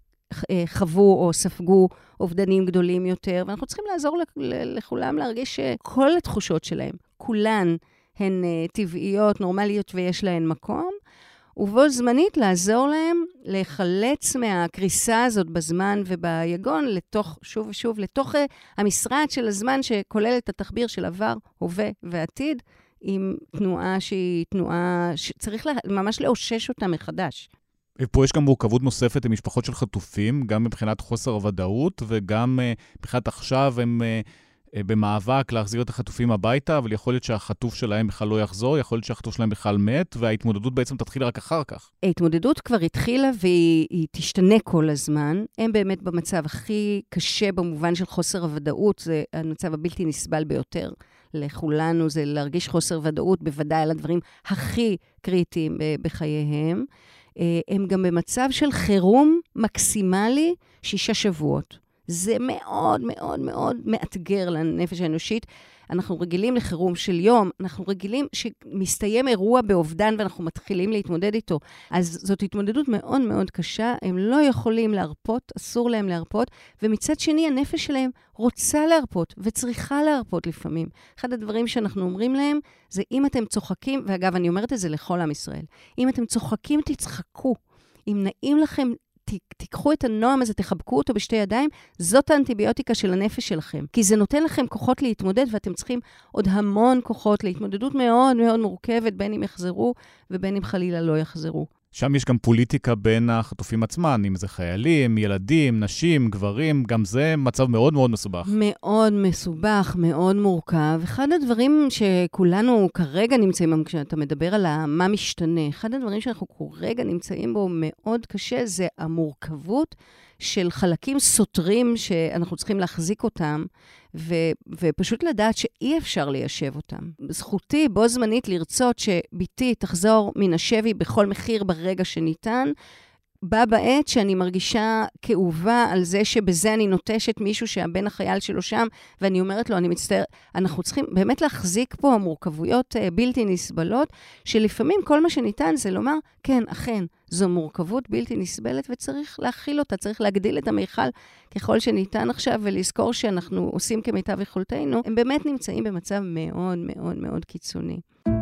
שחוו או ספגו אובדנים גדולים יותר. ואנחנו צריכים לעזור לכולם להרגיש שכל התחושות שלהם, כולן הן טבעיות, נורמליות ויש להן מקום. ובו זמנית לעזור להם לחלץ מהקריסה הזאת בזמן וביגון, שוב ושוב, לתוך המשרד של הזמן שכולל את התחביר של עבר, הווה ועתיד, עם תנועה שהיא תנועה שצריך ממש לאושש אותה מחדש. ופה יש גם מורכבות נוספת עם משפחות של חטופים, גם מבחינת חוסר הוודאות, וגם מבחינת עכשיו הם במאבק להחזיר את החטופים הביתה, אבל יכול להיות שהחטוף שלהם בכלל לא יחזור, יכול להיות שהחטוף שלהם בכלל מת, וההתמודדות בעצם תתחיל רק אחר כך. ההתמודדות כבר התחילה והיא תשתנה כל הזמן. הם באמת במצב הכי קשה במובן של חוסר הוודאות, זה המצב הבלתי נסבל ביותר לכולנו, זה להרגיש חוסר ודאות, בוודאי על הדברים הכי קריטיים בחייהם. הם גם במצב של חירום מקסימלי 6 שבועות. זה מאוד מאוד מאוד מאתגר לנפש האנושית. אנחנו רגילים לחירום של יום, אנחנו רגילים שמסתיים אירוע באובדן ואנחנו מתחילים להתמודד איתו. אז זאת התמודדות מאוד מאוד קשה, הם לא יכולים להרפות, אסור להם להרפות, ומצד שני הנפש שלהם רוצה להרפות וצריכה להרפות לפעמים. אחד הדברים שאנחנו אומרים להם זה אם אתם צוחקים, ואגב אני אומרת את זה לכל עם ישראל, אם אתם צוחקים תצחקו, אם נעים לכם תיקחו את הנועם הזה, תחבקו אותו בשתי ידיים, זאת האנטיביוטיקה של הנפש שלכם. כי זה נותן לכם כוחות להתמודד, ואתם צריכים עוד המון כוחות להתמודדות מאוד מאוד מורכבת, בין אם יחזרו ובין אם חלילה לא יחזרו. שם יש גם פוליטיקה בין החטופים עצמם, אם זה חיילים, ילדים, נשים, גברים, גם זה מצב מאוד מאוד מסובך. מאוד מסובך, מאוד מורכב. אחד הדברים שכולנו כרגע נמצאים, כשאתה מדבר על מה משתנה, אחד הדברים שאנחנו כרגע נמצאים בו מאוד קשה, זה המורכבות של חלקים סותרים שאנחנו צריכים להחזיק אותם, ופשוט לדעת שאי אפשר ליישב אותם. זכותי בו זמנית לרצות שביתי תחזור מן השבי בכל מחיר ברגע שניתן, בא בעת שאני מרגישה כאובה על זה שבזה אני נוטשת מישהו שהבן החייל שלו שם, ואני אומרת לו, אני מצטער, אנחנו צריכים באמת להחזיק פה המורכבויות בלתי נסבלות, שלפעמים כל מה שניתן זה לומר, כן, אכן, זו מורכבות בלתי נסבלת, וצריך להכיל אותה, צריך להגדיל את המיכל ככל שניתן עכשיו, ולזכור שאנחנו עושים כמיטב יכולתנו, הם באמת נמצאים במצב מאוד מאוד מאוד קיצוני.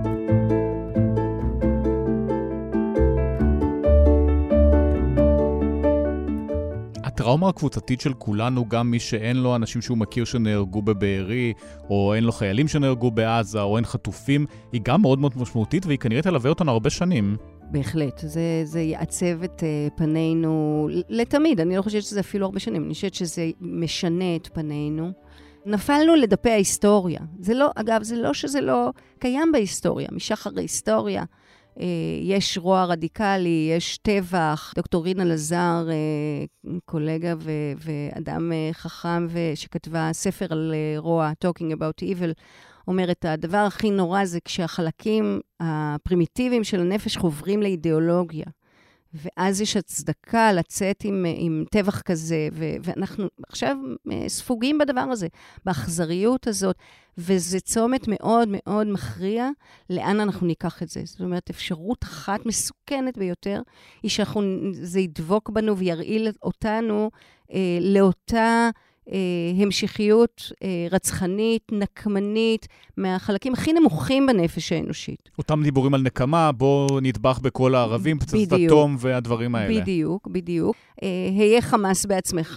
הטראומה הקבוצתית של כולנו, גם מי שאין לו אנשים שהוא מכיר שנהרגו בבארי, או אין לו חיילים שנהרגו בעזה, או אין חטופים, היא גם מאוד מאוד משמעותית, והיא כנראה תלווה אותנו הרבה שנים. בהחלט, זה יעצב את פנינו לתמיד, אני לא חושבת שזה אפילו הרבה שנים, אני חושבת שזה משנה את פנינו. נפלנו לדפי ההיסטוריה. זה לא, אגב, זה לא שזה לא קיים בהיסטוריה, משחר ההיסטוריה. יש רוע רדיקלי, יש טבח, דוקטור רינה לזר, קולגה ואדם חכם שכתבה ספר על רוע, Talking About Evil, אומרת, הדבר הכי נורא זה כשהחלקים הפרימיטיביים של הנפש חוברים לאידיאולוגיה. ואז יש הצדקה לצאת עם טבח כזה, ואנחנו עכשיו ספוגים בדבר הזה, באכזריות הזאת, וזה צומת מאוד מאוד מכריע לאן אנחנו ניקח את זה. זאת אומרת, אפשרות אחת מסוכנת ביותר, היא שזה ידבוק בנו וירעיל אותנו לאותה המשכיות רצחנית, נקמנית, מהחלקים הכי נמוכים בנפש האנושית. אותם דיבורים על נקמה, בוא נטבח בכל הערבים, פצצת אטום והדברים האלה. בדיוק, בדיוק. היה חמאס בעצמך.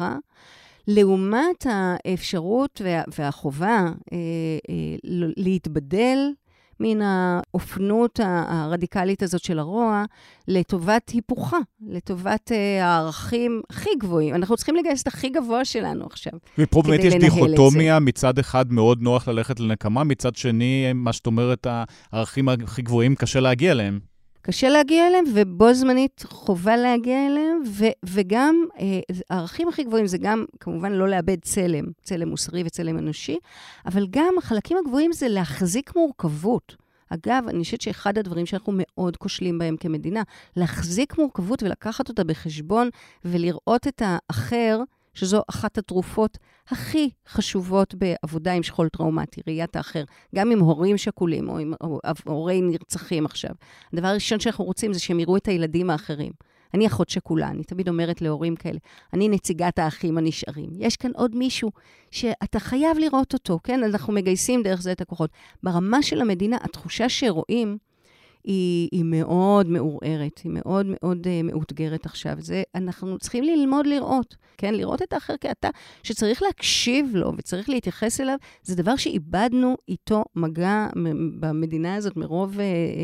לעומת האפשרות והחובה להתבדל מן האופנות הרדיקלית הזאת של הרוע, לטובת היפוכה, לטובת הערכים הכי גבוהים. אנחנו צריכים לגייס את הכי גבוה שלנו עכשיו. ופה באמת יש דיכוטומיה, מצד אחד מאוד נוח ללכת לנקמה, מצד שני, מה שאת אומרת, הערכים הכי גבוהים קשה להגיע אליהם. קשה להגיע אליהם, ובו זמנית חובה להגיע אליהם, וגם הערכים הכי גבוהים זה גם, כמובן, לא לאבד צלם מוסרי וצלם אנושי, אבל גם החלקים הגבוהים זה להחזיק מורכבות. אגב, אני חושבת שאחד הדברים שאנחנו מאוד כושלים בהם כמדינה, להחזיק מורכבות ולקחת אותה בחשבון, ולראות את האחר, שזו אחת התרופות הכי חשובות בעבודה עם שכול טראומטי, ראיית האחר, גם עם הורים שכולים או עם הורי נרצחים עכשיו. הדבר הראשון שאנחנו רוצים זה שהם יראו את הילדים האחרים. אני אחות שכולה, אני תמיד אומרת להורים כאלה, אני נציגת האחים הנשארים. יש כאן עוד מישהו שאתה חייב לראות אותו, כן? אנחנו מגייסים דרך זה את הכוחות. ברמה של המדינה, התחושה שרואים, היא מאוד מעורערת, היא מאוד מאוד מאותגרת עכשיו. זה, אנחנו צריכים ללמוד לראות, כן? לראות את האחר כאתה, שצריך להקשיב לו וצריך להתייחס אליו. זה דבר שאיבדנו איתו מגע במדינה הזאת מרוב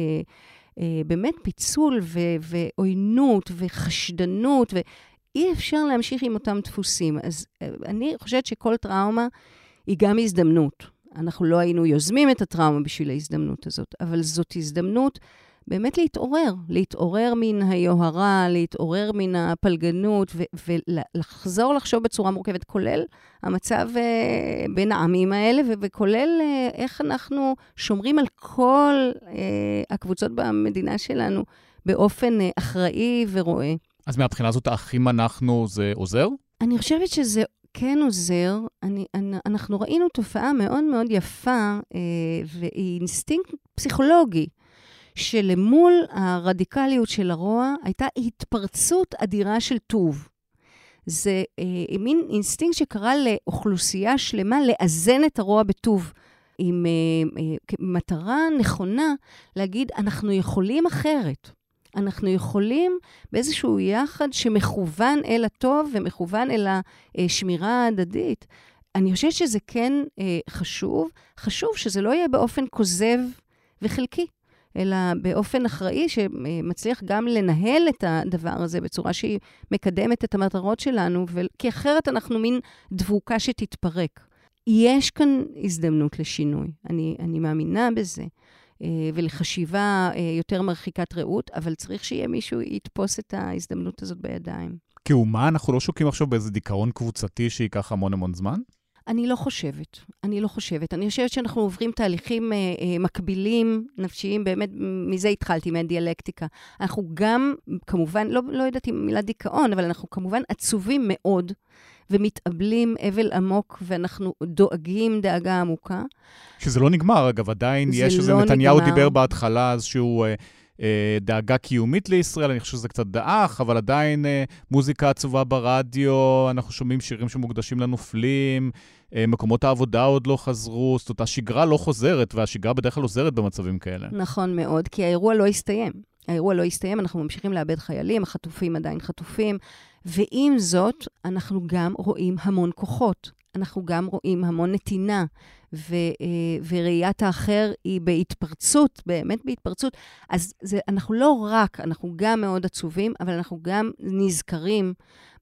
באמת פיצול ועוינות וחשדנות, ואי אפשר להמשיך עם אותם דפוסים. אז אני חושבת שכל טראומה היא גם הזדמנות. אנחנו לא היינו יוזמים את הטראומה בשביל ההזדמנות הזאת, אבל זאת הזדמנות באמת להתעורר מן היוהרה, להתעורר מן הפלגנות, ולחזור לחשוב בצורה מורכבת, כולל המצב בין העמים האלה, וכולל איך אנחנו שומרים על כל הקבוצות במדינה שלנו באופן אחראי ורואה. אז מהבחינה הזאת, האחים אנחנו, זה עוזר? אני חושבת שזה כן עוזר. אנחנו ראינו תופעה מאוד מאוד יפה, והיא אינסטינקט פסיכולוגי, שלמול הרדיקליות של הרוע, הייתה התפרצות אדירה של טוב. זה מין אינסטינקט שקרא לאוכלוסייה שלמה לאזן את הרוע בטוב, עם מטרה נכונה להגיד, אנחנו יכולים אחרת. אנחנו יכולים באיזשהו יחד שמכוון אל הטוב ומכוון אל השמירה ההדדית. אני חושבת שזה כן חשוב שזה לא יהיה באופן כוזב וחלקי, אלא באופן אחראי שמצליח גם לנהל את הדבר הזה בצורה שהיא מקדמת את המטרות שלנו, כי אחרת אנחנו מין דבוקה שתתפרק. יש כאן הזדמנות לשינוי, אני מאמינה בזה. ולחשיבה יותר מרחיקת ראות, אבל צריך שיהיה מישהו יתפוס את ההזדמנות הזאת בידיים. כאומה, אנחנו לא שוקים עכשיו באיזה דיכאון קבוצתי שייקח המון זמן? אני לא חושבת. אני חושבת שאנחנו עוברים תהליכים מקבילים, נפשיים, באמת, מזה התחלתי, מהדיאלקטיקה. אנחנו גם, כמובן, לא יודעת אם מילה דיכאון, אבל אנחנו כמובן עצובים מאוד, ומתאבלים אבל עמוק, ואנחנו דואגים דאגה עמוקה. שזה לא נגמר, אגב, עדיין יש איזה נתניהו דיבר בהתחלה, אז שהוא דאגה קיומית לישראל, אני חושב שזה קצת דאח, אבל עדיין מוזיקה עצובה ברדיו, אנחנו שומעים שירים שמוקדשים לנופלים, מקומות העבודה עוד לא חזרו, זאת אומרת, השגרה לא חוזרת, והשגרה בדרך כלל עוזרת במצבים כאלה. נכון מאוד, כי האירוע לא הסתיים, אנחנו ממשיכים לאבד חיילים, החטופים עדיין חטופים, ועם זאת, אנחנו גם רואים המון כוחות, אנחנו גם רואים המון נתינה, וראיית האחר היא בהתפרצות, באמת בהתפרצות. אז אנחנו לא רק, אנחנו גם מאוד עצובים, אבל אנחנו גם נזכרים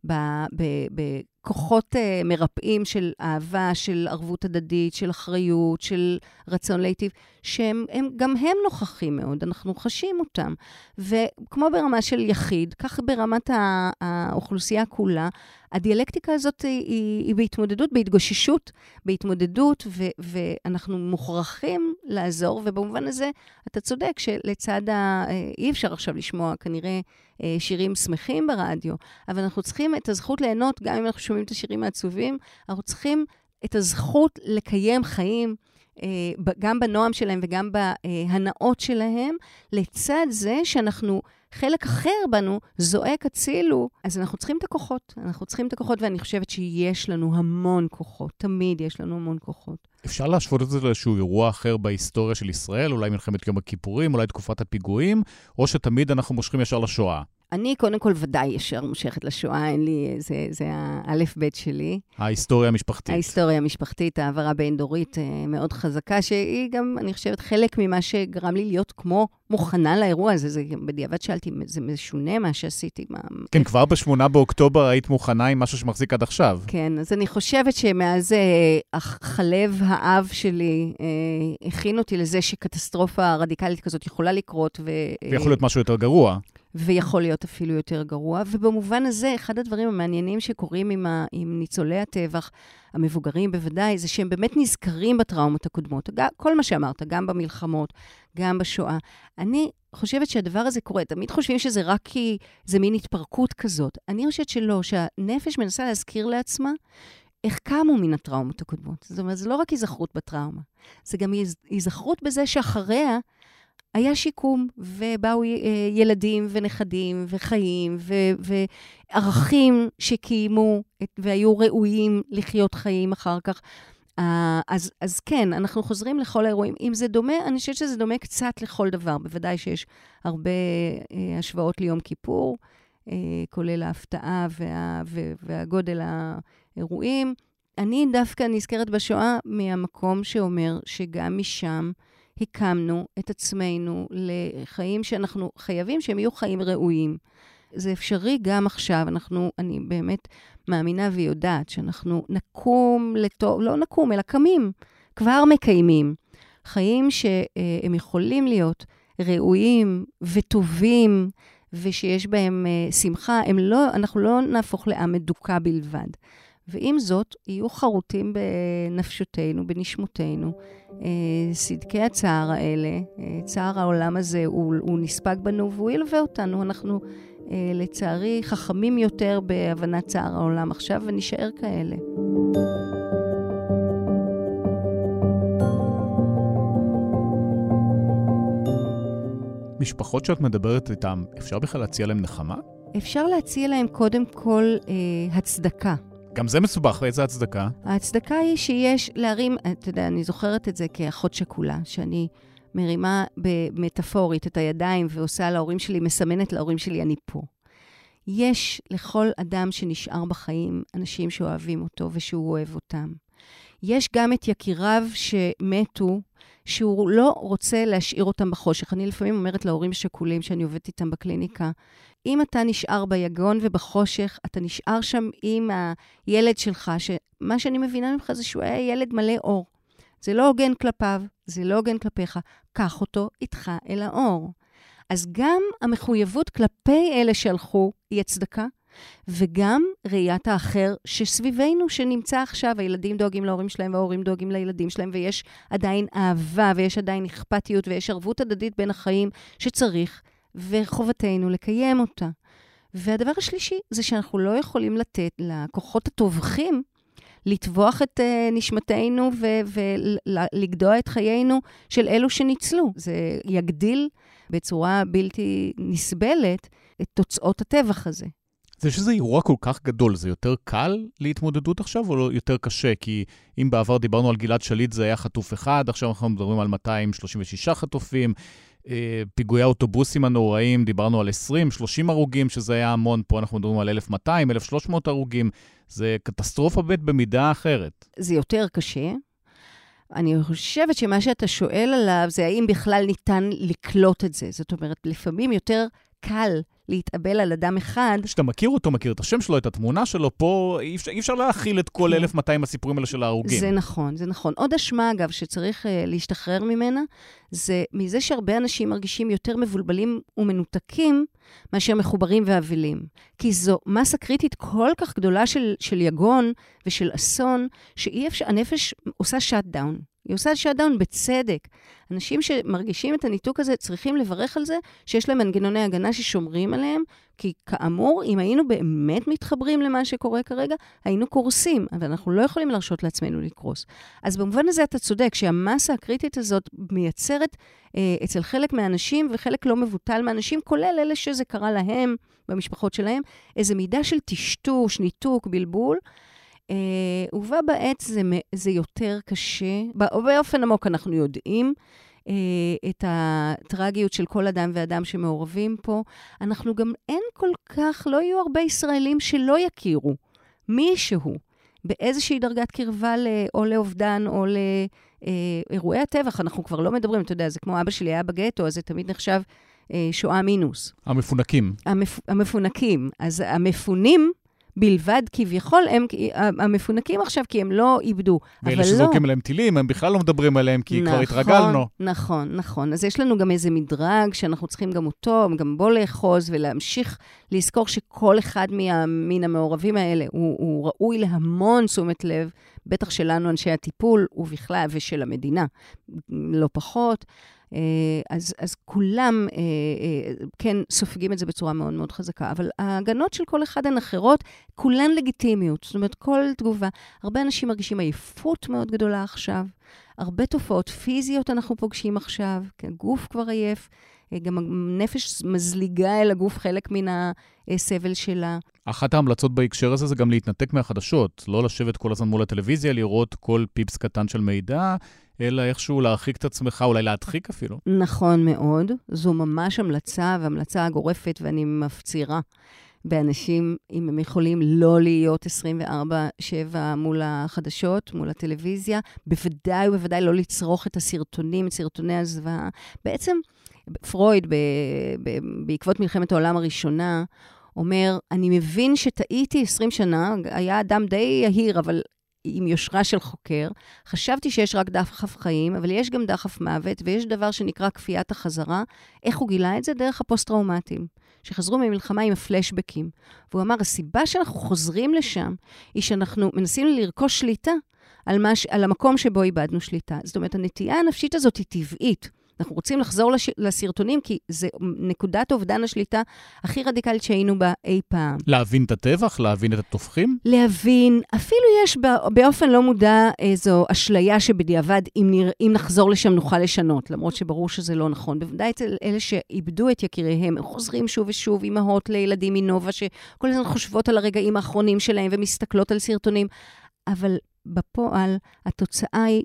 בכוחות מרפאים של אהבה, של ערבות הדדית, של אחריות, של רצון להיטיב, שגם הם נוכחים מאוד, אנחנו חשים אותם. וכמו ברמה של יחיד, כך ברמת האוכלוסייה כולה, הדיאלקטיקה הזאת היא בהתמודדות, בהתמודדות, ואנחנו מוכרחים לעזור, ובמובן הזה אתה צודק שלצד אי אפשר עכשיו לשמוע כנראה שירים שמחים ברדיו, אבל אנחנו צריכים את הזכות ליהנות, גם אם אנחנו שומעים את השירים העצובים, אנחנו צריכים את הזכות לקיים חיים, גם בנועם שלהם וגם בהנאות שלהם, לצד זה שאנחנו, חלק אחר בנו זועק הצילו, אז אנחנו צריכים את הכוחות, ואני חושבת שיש לנו המון כוחות, תמיד יש לנו המון כוחות. אפשר להשוות את זה לאיזשהו אירוע אחר בהיסטוריה של ישראל, אולי מלחמת יום הכיפורים, אולי תקופת הפיגועים, או שתמיד אנחנו מושכים ישר לשואה? אני קודם כל ודאי ישר מושכת לשואה, אין לי, זה האלף בית שלי. ההיסטוריה המשפחתית. ההיסטוריה המשפחתית, העברה בין-דורית מאוד חזקה, שהיא גם, אני חושבת, חלק ממה שגרם לי להיות כמו מוכנה לאירוע הזה. זה בדיעבד שאלתי, זה משונה מה שעשיתי. כן, כבר ב8 באוקטובר היית מוכנה עם משהו שמחזיק עד עכשיו. כן, אז אני חושבת שמאז החלב האב שלי הכין אותי לזה שקטסטרופה רדיקלית כזאת יכולה לקרות. ויכול להיות משהו יותר גרוע. ויכול להיות אפילו יותר גרוע. ובמובן הזה, אחד הדברים המעניינים שקורים עם ניצולי הטבח, המבוגרים בוודאי, זה שהם באמת נזכרים בטראומות הקודמות. כל מה שאמרת, גם במלחמות, גם בשואה. אני חושבת שהדבר הזה קורה. תמיד חושבים שזה רק כי זה מין התפרקות כזאת. אני חושבת שלא, שהנפש מנסה להזכיר לעצמה איך קמו מן הטראומות הקודמות. זאת אומרת, זה לא רק היזכרות בטראומה. זה גם היזכרות בזה שאחריה היה שיקום, ובאו ילדים ונכדים וחיים, וערכים שקיימו והיו ראויים לחיות חיים אחר כך. אז כן, אנחנו חוזרים לכל האירועים. אם זה דומה, אני חושבת שזה דומה קצת לכל דבר. בוודאי שיש הרבה השוואות ליום כיפור, כולל ההפתעה והגודל האירועים. אני דווקא נזכרת בשואה מהמקום שאומר שגם משם הקמנו את עצמנו לחיים שאנחנו חייבים שהם יהיו חיים ראויים. זה אפשרי גם עכשיו. אני באמת מאמינה ויודעת שאנחנו נקום לא נקום, אלא קמים, כבר מקיימים. חיים שהם יכולים להיות ראויים וטובים, ושיש בהם שמחה. אנחנו לא נהפוך לעם מדוכא בלבד. ועם זאת, יהיו חרוטים בנפשותינו, בנשמותינו. סדקי הצער האלה, צער העולם הזה, הוא נספג בנו והוא ילווה אותנו. אנחנו לצערי חכמים יותר בהבנת צער העולם עכשיו ונשאר כאלה. משפחות שאת מדברת איתן, אפשר בכלל להציע להם נחמה? אפשר להציע להם קודם כל הצדקה. גם זה מסובך, ואיזה הצדקה? ההצדקה היא שיש להרים, אתה יודע, אני זוכרת את זה כאחות שכולה, שאני מרימה במטאפורית את הידיים ועושה להורים שלי, מסמנת להורים שלי, אני פה. יש לכל אדם שנשאר בחיים אנשים שאוהבים אותו ושהוא אוהב אותם. יש גם את יקיריו שמתו, שהוא לא רוצה להשאיר אותם בחושך. אני לפעמים אומרת להורים שכולים שאני עובדת איתם בקליניקה, אם אתה נשאר ביגון ובחושך, אתה נשאר שם עם הילד שלך, שמה שאני מבינה ממך זה שהוא היה ילד מלא אור. זה לא הוגן כלפיו, זה לא הוגן כלפיך. קח אותו איתך אל האור. אז גם המחויבות כלפי אלה שהלכו היא הצדקה, וגם ראיית האחר שסביבנו שנמצא עכשיו, הילדים דואגים להורים שלהם וההורים דואגים לילדים שלהם, ויש עדיין אהבה ויש עדיין אכפתיות ויש ערבות הדדית בין החיים שצריך, וחובתנו לקיים אותה. והדבר השלישי זה שאנחנו לא יכולים לתת לכוחות הטובחים לטבוח את נשמתנו ולגדוע את חיינו של אלו שניצלו. זה יגדיל בצורה בלתי נסבלת את תוצאות הטבח הזה. זה שזה אירוע כל כך גדול, זה יותר קל להתמודדות עכשיו או לא יותר קשה? כי אם בעבר דיברנו על גלעד שליט זה היה חטוף אחד, עכשיו אנחנו מדברים על 236 חטופים, פיגועי האוטובוסים הנוראים, דיברנו על 20-30 הרוגים, שזה היה המון, פה אנחנו מדברים על 1200, 1300 הרוגים, זה קטסטרופה במידה אחרת. זה יותר קשה. אני חושבת שמה שאתה שואל עליו, זה האם בכלל ניתן לקלוט את זה. זאת אומרת, לפעמים יותר קל להתאבל על אדם אחד. שאתה מכיר אותו, מכיר את השם שלו, את התמונה שלו, פה אי אפשר להכיל את כל 1200 הסיפורים האלה של ההרוגים. זה נכון, זה נכון. עוד אשמה, אגב, שצריך להשתחרר ממנה, זה מזה שהרבה אנשים מרגישים יותר מבולבלים ומנותקים, מאשר מחוברים ואבלים. כי זו מסה קריטית כל כך גדולה של יגון ושל אסון, שאי אפשר, הנפש עושה שאט-דאון. היא עושה שאט-דאון בצדק. אנשים שמרגישים את הניתוק הזה צריכים לברך על זה שיש להם מנגנוני הגנה ששומרים עליהם, כי כאמור, אם היינו באמת מתחברים למה שקורה כרגע, היינו קורסים, אבל אנחנו לא יכולים להרשות לעצמנו לקרוס. אז במובן הזה אתה צודק שהמסה הקריטית הזאת מייצרת אצל חלק מהאנשים וחלק לא מבוטל מהאנשים, כולל אלה שזה קרה להם, במשפחות שלהם, איזו מידה של טשטוש, ניתוק, בלבול, ובה בעת זה יותר קשה, באופן עמוק אנחנו יודעים את הטרגיות של כל אדם ואדם שמעורבים פה. אנחנו גם אין כל כך, לא יהיו הרבה ישראלים שלא יכירו מישהו באיזושהי דרגת קרבה או לאובדן או לאירועי הטבח. אנחנו כבר לא מדברים, אתה יודע, זה כמו אבא שלי היה בגטו, אז זה תמיד נחשב שואה מינוס. המפונקים. המפונקים. אז המפונים בלבד כביכול, הם המפונקים עכשיו כי הם לא איבדו. ואלה שזורקים עליהם טילים, הם בכלל לא מדברים עליהם כי כבר התרגלנו. נכון. אז יש לנו גם איזה מדרג שאנחנו צריכים גם אותו, גם בו לאחוז ולהמשיך לזכור שכל אחד מן המעורבים האלה הוא ראוי להמון תשומת לב, בטח שלנו אנשי הטיפול ובכלל ושל המדינה, לא פחות. אז כולם כן סופגים את זה בצורה מאוד מאוד חזקה, אבל ההגנות של כל אחד הן אחרות, כולן לגיטימיות, זאת אומרת כל תגובה, הרבה אנשים מרגישים עייפות מאוד גדולה עכשיו, הרבה תופעות פיזיות אנחנו פוגשים עכשיו, כי הגוף כבר עייף, גם הנפש מזליגה אל הגוף חלק מן הסבל שלה. אחת ההמלצות בהקשר הזה זה גם להתנתק מהחדשות, לא לשבת כל הזמן מול הטלוויזיה, לראות כל פיפס קטן של מידע, אלא איכשהו להרחיק את עצמך, אולי להדחיק אפילו. נכון מאוד, זו ממש המלצה, והמלצה גורפת, ואני מפצירה באנשים, אם הם יכולים לא להיות 24/7 מול החדשות, מול הטלוויזיה, בוודאי לא לצרוך את הסרטונים, את סרטוני הזוועה. בעצם, פרויד, בעקבות מלחמת העולם הראשונה, אומר, אני מבין שטעיתי 20 שנה, היה אדם די יהיר, אבל עם יושרה של חוקר, חשבתי שיש רק דחף חיים, אבל יש גם דחף מוות, ויש דבר שנקרא כפיית החזרה. איך הוא גילה את זה? דרך הפוסט-טראומטיים, שחזרו ממלחמה עם הפלשבקים. והוא אמר, הסיבה שאנחנו חוזרים לשם, היא שאנחנו מנסים לרכוש שליטה על המקום שבו איבדנו שליטה. זאת אומרת, הנטייה הנפשית הזאת היא טבעית. אנחנו רוצים לחזור לסרטונים, כי זה נקודת אובדן השליטה הכי רדיקלית שהיינו בה אי פעם. להבין את הטבח? להבין את התופחים? להבין, אפילו יש באופן לא מודע איזו אשליה שבדיעבד, אם נחזור לשם נוכל לשנות, למרות שברור שזה לא נכון. בוודאי אלה שאיבדו את יקיריהם, הם חוזרים שוב ושוב, אמהות לילדים מנובה, שכל הזמן חושבות על הרגעים האחרונים שלהם, ומסתכלות על סרטונים. אבל בפועל, התוצאה היא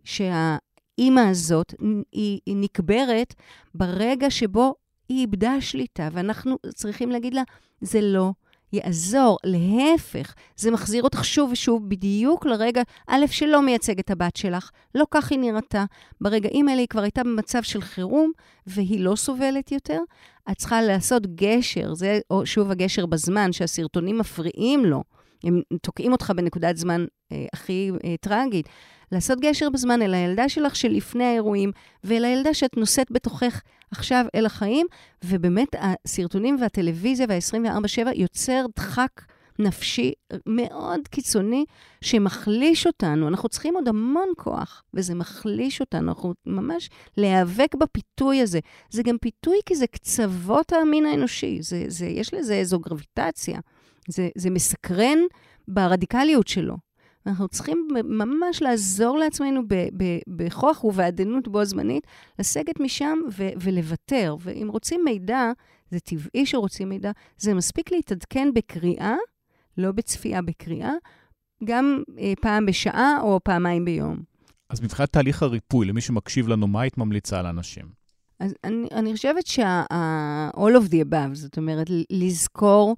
האמא הזאת היא נקברת ברגע שבו היא איבדה שליטה, ואנחנו צריכים להגיד לה, זה לא יעזור, להפך, זה מחזיר אותך שוב ושוב בדיוק לרגע, א' שלא מייצג את הבת שלך, לא כך היא נראתה, ברגעים האלה היא כבר הייתה במצב של חירום, והיא לא סובלת יותר, את צריכה לעשות גשר, זה שוב הגשר בזמן, שהסרטונים מפריעים לו, הם תוקעים אותך בנקודת זמן הכי טרגית, לעשות גשר בזמן אל הילדה שלך שלפני האירועים, ואל הילדה שאת נושאת בתוכך עכשיו אל החיים, ובאמת הסרטונים והטלוויזיה וה-24/7 יוצר דחק נפשי מאוד קיצוני, שמחליש אותנו. אנחנו צריכים עוד המון כוח, וזה מחליש אותנו. אנחנו ממש להיאבק בפיתוי הזה. זה גם פיתוי כי זה קצוות המין האנושי. יש לזה איזו גרביטציה. זה מסקרן ברדיקליות שלו. אנחנו צריכים ממש לעזור לעצמנו בכוח ובעדנות בו זמנית, לסגת משם ולוותר. ואם רוצים מידע, זה טבעי שרוצים מידע, זה מספיק להתעדכן בקריאה, לא בצפייה בקריאה, גם פעם בשעה או פעמיים ביום. אז מבחינת תהליך הריפוי, למי שמקשיב לנו, מה היית ממליצה לאנשים? אז אני חושבת all of the above, זאת אומרת, לזכור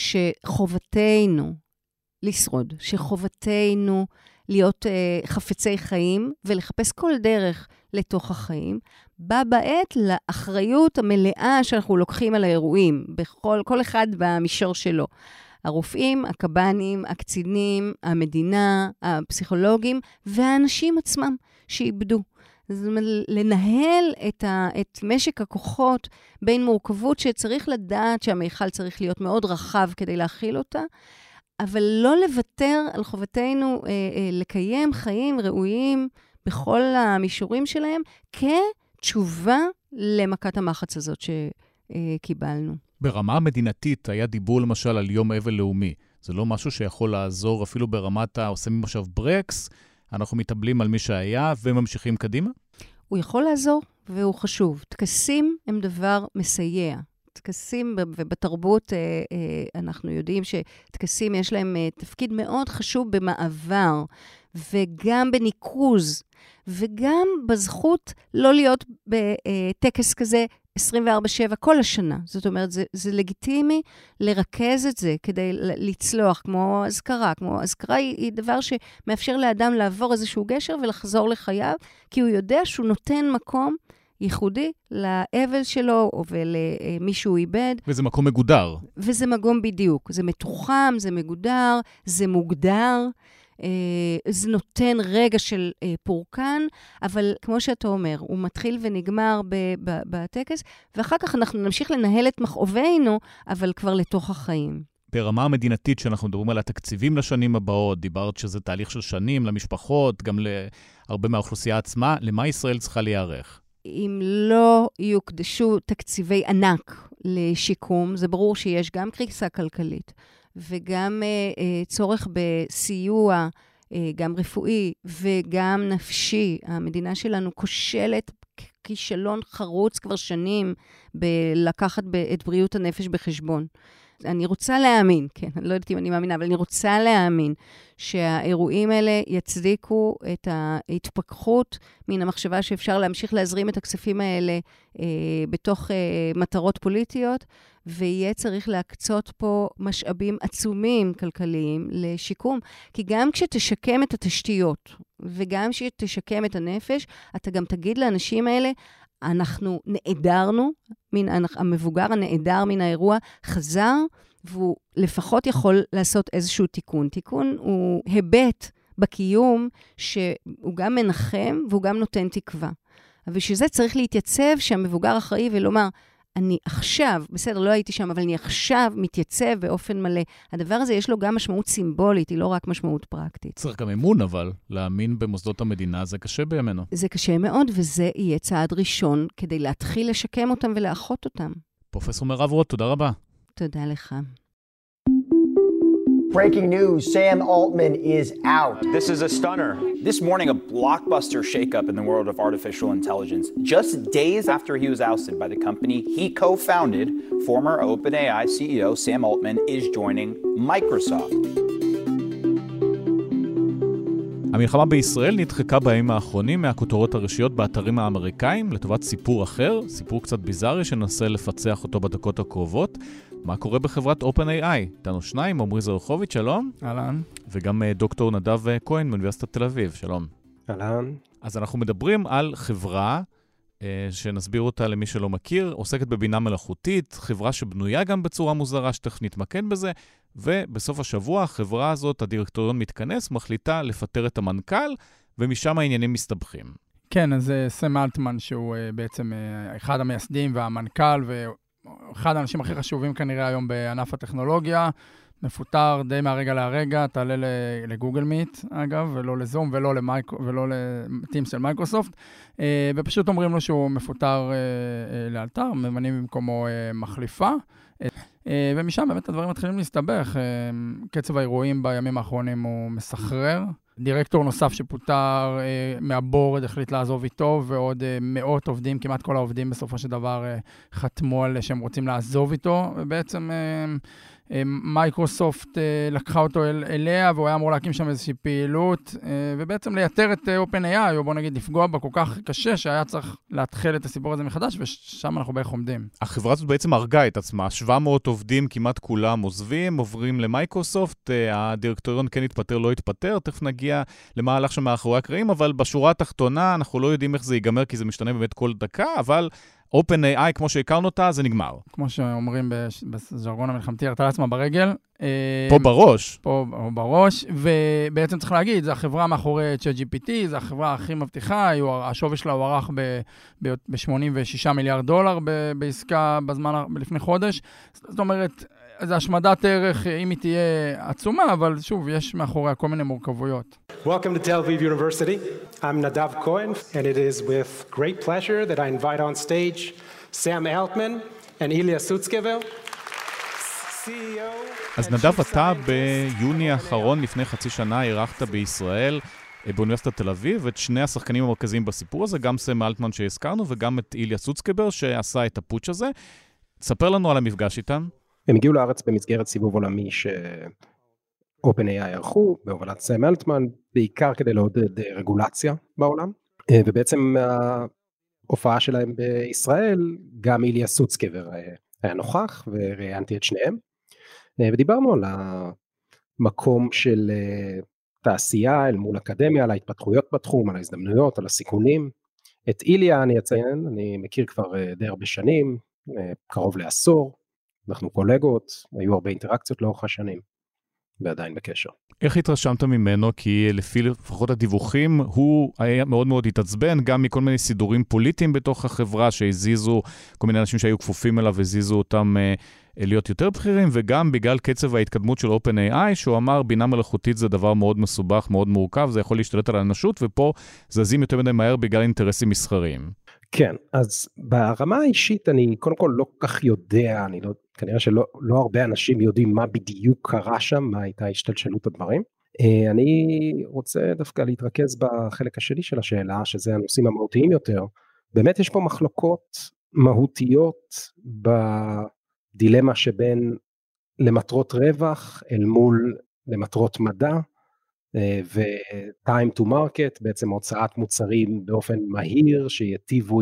שחובתנו לשרוד, שחובתנו להיות חפצי חיים ולחפש כל דרך לתוך החיים, בא בעת לאחריות המלאה שאנחנו לוקחים על האירועים, כל אחד במישור שלו. הרופאים, הקב"נים, הקצינים, המדינה, הפסיכולוגים והאנשים עצמם שאיבדו. זאת אומרת, לנהל את משק הכוחות בין מורכבות שצריך לדעת שהמיכל צריך להיות מאוד רחב כדי להכיל אותה, אבל לא לוותר על חובתנו לקיים חיים ראויים בכל המישורים שלהם, כתשובה למכת המחץ הזאת שקיבלנו. ברמה המדינתית היה דיבור למשל על יום אבל לאומי. זה לא משהו שיכול לעזור אפילו ברמת עושים עכשיו ברקס, אנחנו מתאבלים על מי שהיה וממשיכים קדימה? הוא יכול לעזור והוא חשוב. טקסים הם דבר מסייע. טקסים ובתרבות אנחנו יודעים שטקסים יש להם תפקיד מאוד חשוב במעבר וגם בניקוז וגם בזכות לא להיות בטקס כזה 24/7 כל השנה. זאת אומרת, זה לגיטימי לרכז את זה כדי לצלוח, כמו אזכרה. כמו אזכרה היא דבר שמאפשר לאדם לעבור איזשהו גשר ולחזור לחייו, כי הוא יודע שהוא נותן מקום ייחודי לאבל שלו או ולמי שהוא איבד. וזה מקום מגודר. וזה מקום בדיוק. זה מתוחם, זה מגודר, זה מוגדר. זה נותן רגע של פורקן, אבל כמו שאתה אומר, הוא מתחיל ונגמר בטקס, ואחר כך אנחנו נמשיך לנהל את מכאובינו, אבל כבר לתוך החיים. ברמה המדינתית שאנחנו מדברים על התקציבים לשנים הבאות, דיברת שזה תהליך של שנים למשפחות, גם להרבה מהאוכלוסייה עצמה, למה ישראל צריכה להיערך? אם לא יוקדשו תקציבי ענק לשיקום, זה ברור שיש גם קריסה כלכלית, וגם צורך בסיוע, גם רפואי וגם נפשי. המדינה שלנו כושלת כישלון חרוץ כבר שנים בלקחת את בריאות הנפש בחשבון. אני רוצה להאמין, כן, אני לא יודעת אם אני מאמינה, אבל אני רוצה להאמין שהאירועים האלה יצדיקו את ההתפכחות מן המחשבה שאפשר להמשיך להזרים את הכספים האלה בתוך מטרות פוליטיות, ויהיה צריך להקצות פה משאבים עצומים כלכליים לשיקום, כי גם כשתשקם את התשתיות, וגם כשתשקם את הנפש, אתה גם תגיד לאנשים האלה, אנחנו נעדרנו, המבוגר הנעדר מן האירוע חזר, והוא לפחות יכול לעשות איזשהו תיקון. תיקון הוא היבט בקיום שהוא גם מנחם והוא גם נותן תקווה. ושזה צריך להתייצב שהמבוגר אחראי ולומר, אני עכשיו, בסדר, לא הייתי שם, אבל אני עכשיו מתייצב באופן מלא. הדבר הזה יש לו גם משמעות סימבולית, היא לא רק משמעות פרקטית. צריך גם אמון, אבל להאמין במוסדות המדינה זה קשה בימינו. זה קשה מאוד, וזה יהיה צעד ראשון כדי להתחיל לשקם אותם ולאחות אותם. פרופסור מירב רוט, תודה רבה. תודה לך. Breaking news, Sam Altman is out. This is a stunner. This morning, a blockbuster shakeup in the world of artificial intelligence. Just days after he was ousted by the company he co-founded, former OpenAI CEO Sam Altman is joining Microsoft. המלחמה בישראל נדחקה בימים האחרונים מהכותרות הראשיות באתרים האמריקאים לטובת סיפור אחר, סיפור קצת ביזארי שננסה לפצח אותו בדקות הקרובות. מה קורה בחברת OpenAI? איתנו שניים, עמרי זרחוביץ', שלום. אהלן. וגם דוקטור נדב כהן מאוניברסיטת תל אביב, שלום. אהלן. אז אנחנו מדברים על חברה שנסביר אותה למי שלא מכיר, עוסקת בבינה מלאכותית, חברה שבנויה גם בצורה מוזרה שתכף נתמקד בזה, ובסוף השבוע החברה הזאת, הדירקטוריון מתכנס, מחליטה לפטר את המנכ"ל, ומשם העניינים מסתבכים. כן, אז סם אלטמן, שהוא בעצם אחד המייסדים והמנכ"ל, ואחד האנשים הכי חשובים כנראה היום בענף הטכנולוגיה, מפוטר די מהרגע להרגע, תעלה לגוגל מיט, אגב, ולא לזום, ולא לטימס של מייקרוסופט, ופשוט אומרים לו שהוא מפוטר לאלתר, ממנים במקומו מחליפה, ומשם באמת הדברים מתחילים להסתבך. קצב האירועים בימים האחרונים הוא מסחרר. דירקטור נוסף שפוטר מהבורד החליט לעזוב איתו, ועוד מאות עובדים, כמעט כל העובדים בסופו של דבר חתמו על שהם רוצים לעזוב איתו, ובעצם מייקרוסופט לקחה אותו אליה, והוא היה אמור להקים שם איזושהי פעילות, ובעצם לייתר את OpenAI, או בוא נגיד לפגוע בה כל כך קשה, שהיה צריך להתחיל את הסיפור הזה מחדש, ושם אנחנו בערך עומדים. החברה הזאת בעצם הרגה את עצמה, 700 עובדים כמעט כולם עוזבים, עוברים למייקרוסופט, הדירקטוריון כן התפטר, לא התפטר, תכף נגיע למה הלך שם מאחורי הקרעים, אבל בשורה התחתונה אנחנו לא יודעים איך זה ייגמר, כי זה משתנה באמת כל דקה, אבל OpenAI, כמו שהכרנו אותה, זה נגמר. כמו שאומרים בז'רגון המלחמתי, הרתה לעצמה ברגל. פה בראש. פה בראש, ובעצם צריך להגיד, זו החברה מאחורי ChatGPT, זו החברה הכי מבטיחה, השווי שלה הוא ערך ב-86 מיליארד דולר בעסקה לפני חודש. זאת אומרת, זו השמדת ערך, אם היא תהיה עצומה, אבל שוב, יש מאחוריה כל מיני מורכבויות. Welcome to Tel Aviv University. I'm Nadav Cohen, and it is with great pleasure that I invite on stage Sam Altman and Ilya Sutskever, CEO. אז נדב, אתה ביוני האחרון, לפני חצי שנה, אירחת בישראל, באוניברסיטת תל אביב, את שני השחקנים המרכזיים בסיפור הזה, גם סם אלטמן שהזכרנו, וגם את איליה סוצקבר שעשה את הפוטש הזה. תספר לנו על המפגש איתם. הם הגיעו לארץ במסגרת סיבוב עולמי OpenAI ערכו, בהובלת סם אלטמן, בעיקר כדי לעודד רגולציה בעולם. ובעצם ההופעה שלהם בישראל, גם איליה סוצקבר היה נוכח, וראיינתי את שניהם, ודיברנו על המקום של תעשייה אל מול אקדמיה, על ההתפתחויות בתחום, על ההזדמנויות, על הסיכונים. את איליה אני אציין, אני מכיר כבר די הרבה שנים, קרוב לעשור, אנחנו קולגות, היו הרבה אינטראקציות לאורך השנים, ועדיין בקשר. איך התרשמת ממנו? כי לפי לפחות הדיווחים, הוא היה מאוד מאוד התעצבן, גם מכל מיני סידורים פוליטיים בתוך החברה, שהזיזו כל מיני אנשים שהיו כפופים אליו, הזיזו אותם להיות יותר בכירים, וגם בגלל קצב ההתקדמות של OpenAI, שהוא אמר, בינה מלאכותית זה דבר מאוד מסובך, מאוד מורכב, זה יכול להשתלט על האנושות, ופה זזים יותר מדי מהר בגלל אינטרסים מסחריים. כן, אז ברמה האישית אני קודם כל לא כל כך יודע, כנראה שלא הרבה אנשים יודעים מה בדיוק קרה שם, מה הייתה השתלשלות הדברים. אני רוצה דווקא להתרכז בחלק השני של השאלה, שזה הנושאים המהותיים יותר. באמת יש פה מחלוקות מהותיות בדילמה שבין למטרות רווח אל מול למטרות מדע, ו-time to market, בעצם הוצאת מוצרים באופן מהיר, שיטיבו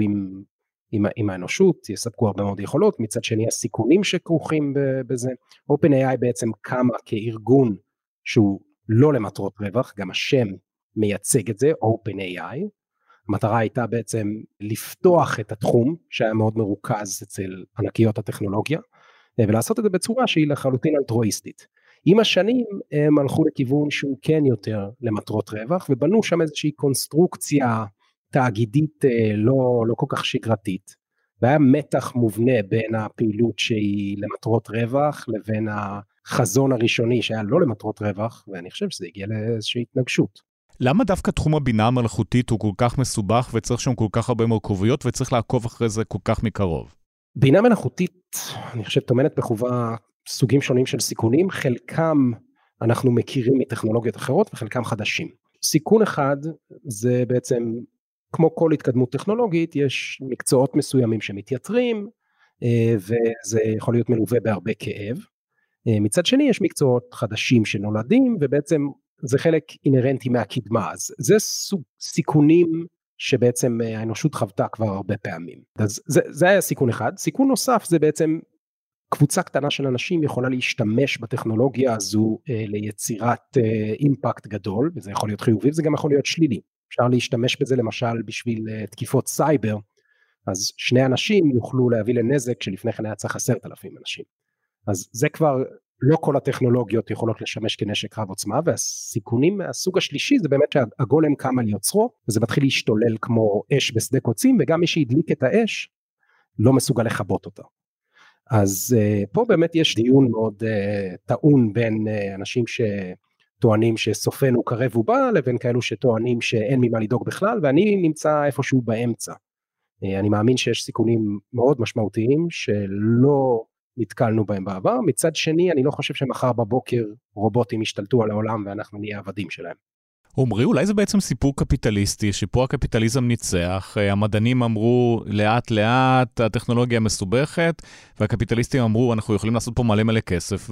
עם האנושות, יספקו הרבה מאוד יכולות, מצד שני הסיכונים שכרוכים בזה. OpenAI בעצם קמה כארגון שהוא לא למטרות רווח, גם השם מייצג את זה, OpenAI, המטרה הייתה בעצם לפתוח את התחום, שהיה מאוד מרוכז אצל ענקיות הטכנולוגיה, ולעשות את זה בצורה שהיא לחלוטין אלטרואיסטית. עם השנים הם הלכו לכיוון שהוא כן יותר למטרות רווח, ובנו שם איזושהי קונסטרוקציה תאגידית לא כל כך שגרתית, והיה מתח מובנה בין הפעילות שהיא למטרות רווח, לבין החזון הראשוני שהיה לא למטרות רווח, ואני חושב שזה הגיע לאיזושהי התנגשות. למה דווקא תחום הבינה המלאכותית הוא כל כך מסובך, וצריך שם כל כך הרבה מורכבויות, וצריך לעקוב אחרי זה כל כך מקרוב? בינה מלאכותית, אני חושב, תומנת בחובה סוגים שונים של סיכונים, חלקם אנחנו מכירים מטכנולוגיות אחרות, וחלקם חדשים. סיכון אחד זה בעצם, כמו כל התקדמות טכנולוגית, יש מקצועות מסוימים שמתייתרים, וזה יכול להיות מלווה בהרבה כאב. מצד שני, יש מקצועות חדשים שנולדים, ובעצם זה חלק אינרנטי מהקדמה. אז זה סוג סיכונים שבעצם האנושות חוותה כבר הרבה פעמים. אז זה היה סיכון אחד. סיכון נוסף זה בעצם קבוצה קטנה של אנשים יכולה להשתמש בטכנולוגיה הזו ליצירת אימפקט גדול, וזה יכול להיות חיובי, וזה גם יכול להיות שלילי. אפשר להשתמש בזה למשל בשביל תקיפות סייבר, אז שני אנשים יוכלו להביא לנזק שלפני כן היה צריך 10,000 אנשים. אז זה כבר לא כל הטכנולוגיות יכולות לשמש כנשק רב עוצמה, והסיכונים מהסוג השלישי זה באמת שהגולם קם על יוצרו, וזה מתחיל להשתולל כמו אש בשדה קוצים, וגם מי שהדליק את האש לא מסוגל לכבות אותה. אז פה באמת יש דיון מאוד טעון בין אנשים שטוענים שסופנו קרב ובא, לבין כאלו שטוענים שאין ממה לדאוג בכלל, ואני נמצא איפשהו באמצע. אני מאמין שיש סיכונים מאוד משמעותיים שלא נתקלנו בהם בעבר, מצד שני אני לא חושב שמחר בבוקר רובוטים ישתלטו על העולם ואנחנו נהיה עבדים שלהם. אומרי, אולי זה בעצם סיפור קפיטליסטי, שפה הקפיטליזם ניצח, המדענים אמרו לאט לאט, הטכנולוגיה מסובכת, והקפיטליסטים אמרו אנחנו יכולים לעשות פה מלא מלא כסף,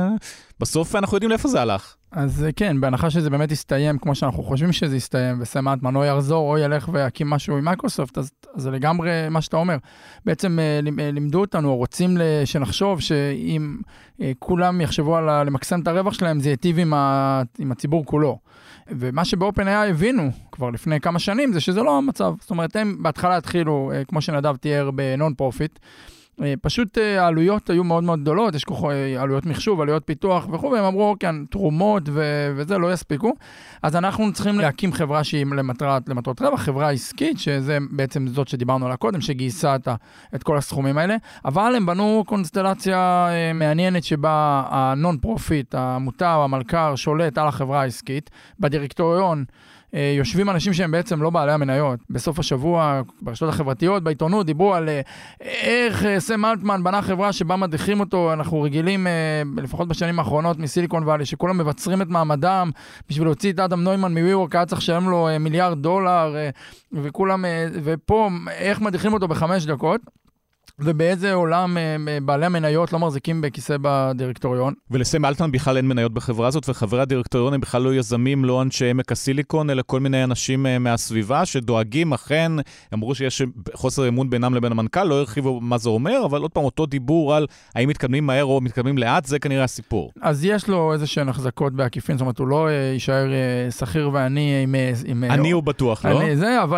ובסוף אנחנו יודעים לאיפה זה הלך. אז כן, בהנחה שזה באמת יסתיים כמו שאנחנו חושבים שזה יסתיים, וסם אלטמן או יחזור או ילך ויקים משהו עם מייקרוסופט, אז זה לגמרי מה שאתה אומר. בעצם לימדו אותנו, או רוצים שנחשוב שאם כולם יחשבו על למקסם את הרווח שלהם, זה יטיב עם הציבור כולו. ומה שבאופן היה הבינו כבר לפני כמה שנים, זה שזה לא המצב. זאת אומרת, הם בהתחלה התחילו, כמו שנדב תיאר בנון פרופיט, פשוט העלויות היו מאוד מאוד גדולות, יש עלויות מחשוב, עלויות פיתוח וכו', והם אמרו, כן, תרומות וזה לא יספיקו, אז אנחנו צריכים להקים חברה שהיא למטרות רווח, חברה עסקית, שזה בעצם זאת שדיברנו עליה קודם, שגייסה את כל הסכומים האלה, אבל הם בנו קונסטלציה מעניינת שבה הנון פרופיט, העמותה או המלכ"ר שולט על החברה העסקית, בדירקטוריון, יושבים אנשים שהם בעצם לא בעלי המניות. בסוף השבוע, ברשתות החברתיות, בעיתונות, דיברו על איך סם אלטמן בנה חברה שבה מדיחים אותו. אנחנו רגילים, לפחות בשנים האחרונות, מסיליקון ואלי, שכולם מבצרים את מעמדם, בשביל להוציא את אדם נוימן מוויוורק, היה צריך לשלם לו $1 מיליארד, וכולם, ופה, איך מדיחים אותו ב5 דקות. ובאיזה עולם בעלי המניות לא מחזיקים בכיסא בדירקטוריון. ולסם אלטמן בכלל אין מניות בחברה הזאת, וחברי הדירקטוריון הם בכלל לא יזמים, לא אנשי עמק הסיליקון, אלא כל מיני אנשים מהסביבה שדואגים, אכן, אמרו שיש חוסר אמון בינם לבין המנכ"ל, לא הרחיבו מה זה אומר, אבל עוד פעם אותו דיבור על האם מתקדמים מהר או מתקדמים לאט, זה כנראה הסיפור. אז יש לו איזשהן החזקות בעקיפין, זאת אומרת, הוא לא יישאר שכיר ועני עם... אני הוא בטוח, לא?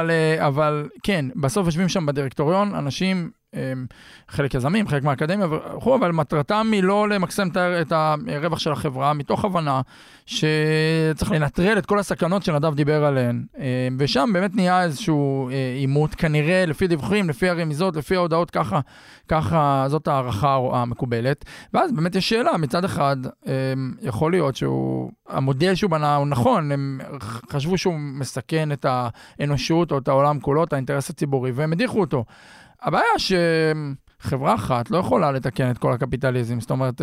אבל כן, בסוף יושבים שם בדירקטוריון, אנשים... חלק יזמים, חלק מהאקדמיה, אבל מטרתם היא לא למקסם את הרווח של החברה, מתוך הבנה שצריך לנטרל את כל הסכנות שנדב דיבר עליהן. ושם באמת נהיה איזשהו עימות, כנראה לפי דיווחים, לפי הרמיזות, לפי ההודעות, ככה זאת הערכה המקובלת. ואז באמת יש שאלה, מצד אחד, יכול להיות שהמודל שהוא בנה הוא נכון, הם חשבו שהוא מסכן את האנושות או את העולם כולו, את האינטרס הציבורי, והם הדיחו אותו. הבעיה שחברה אחת לא יכולה לתקן את כל הקפיטליזם, זאת אומרת,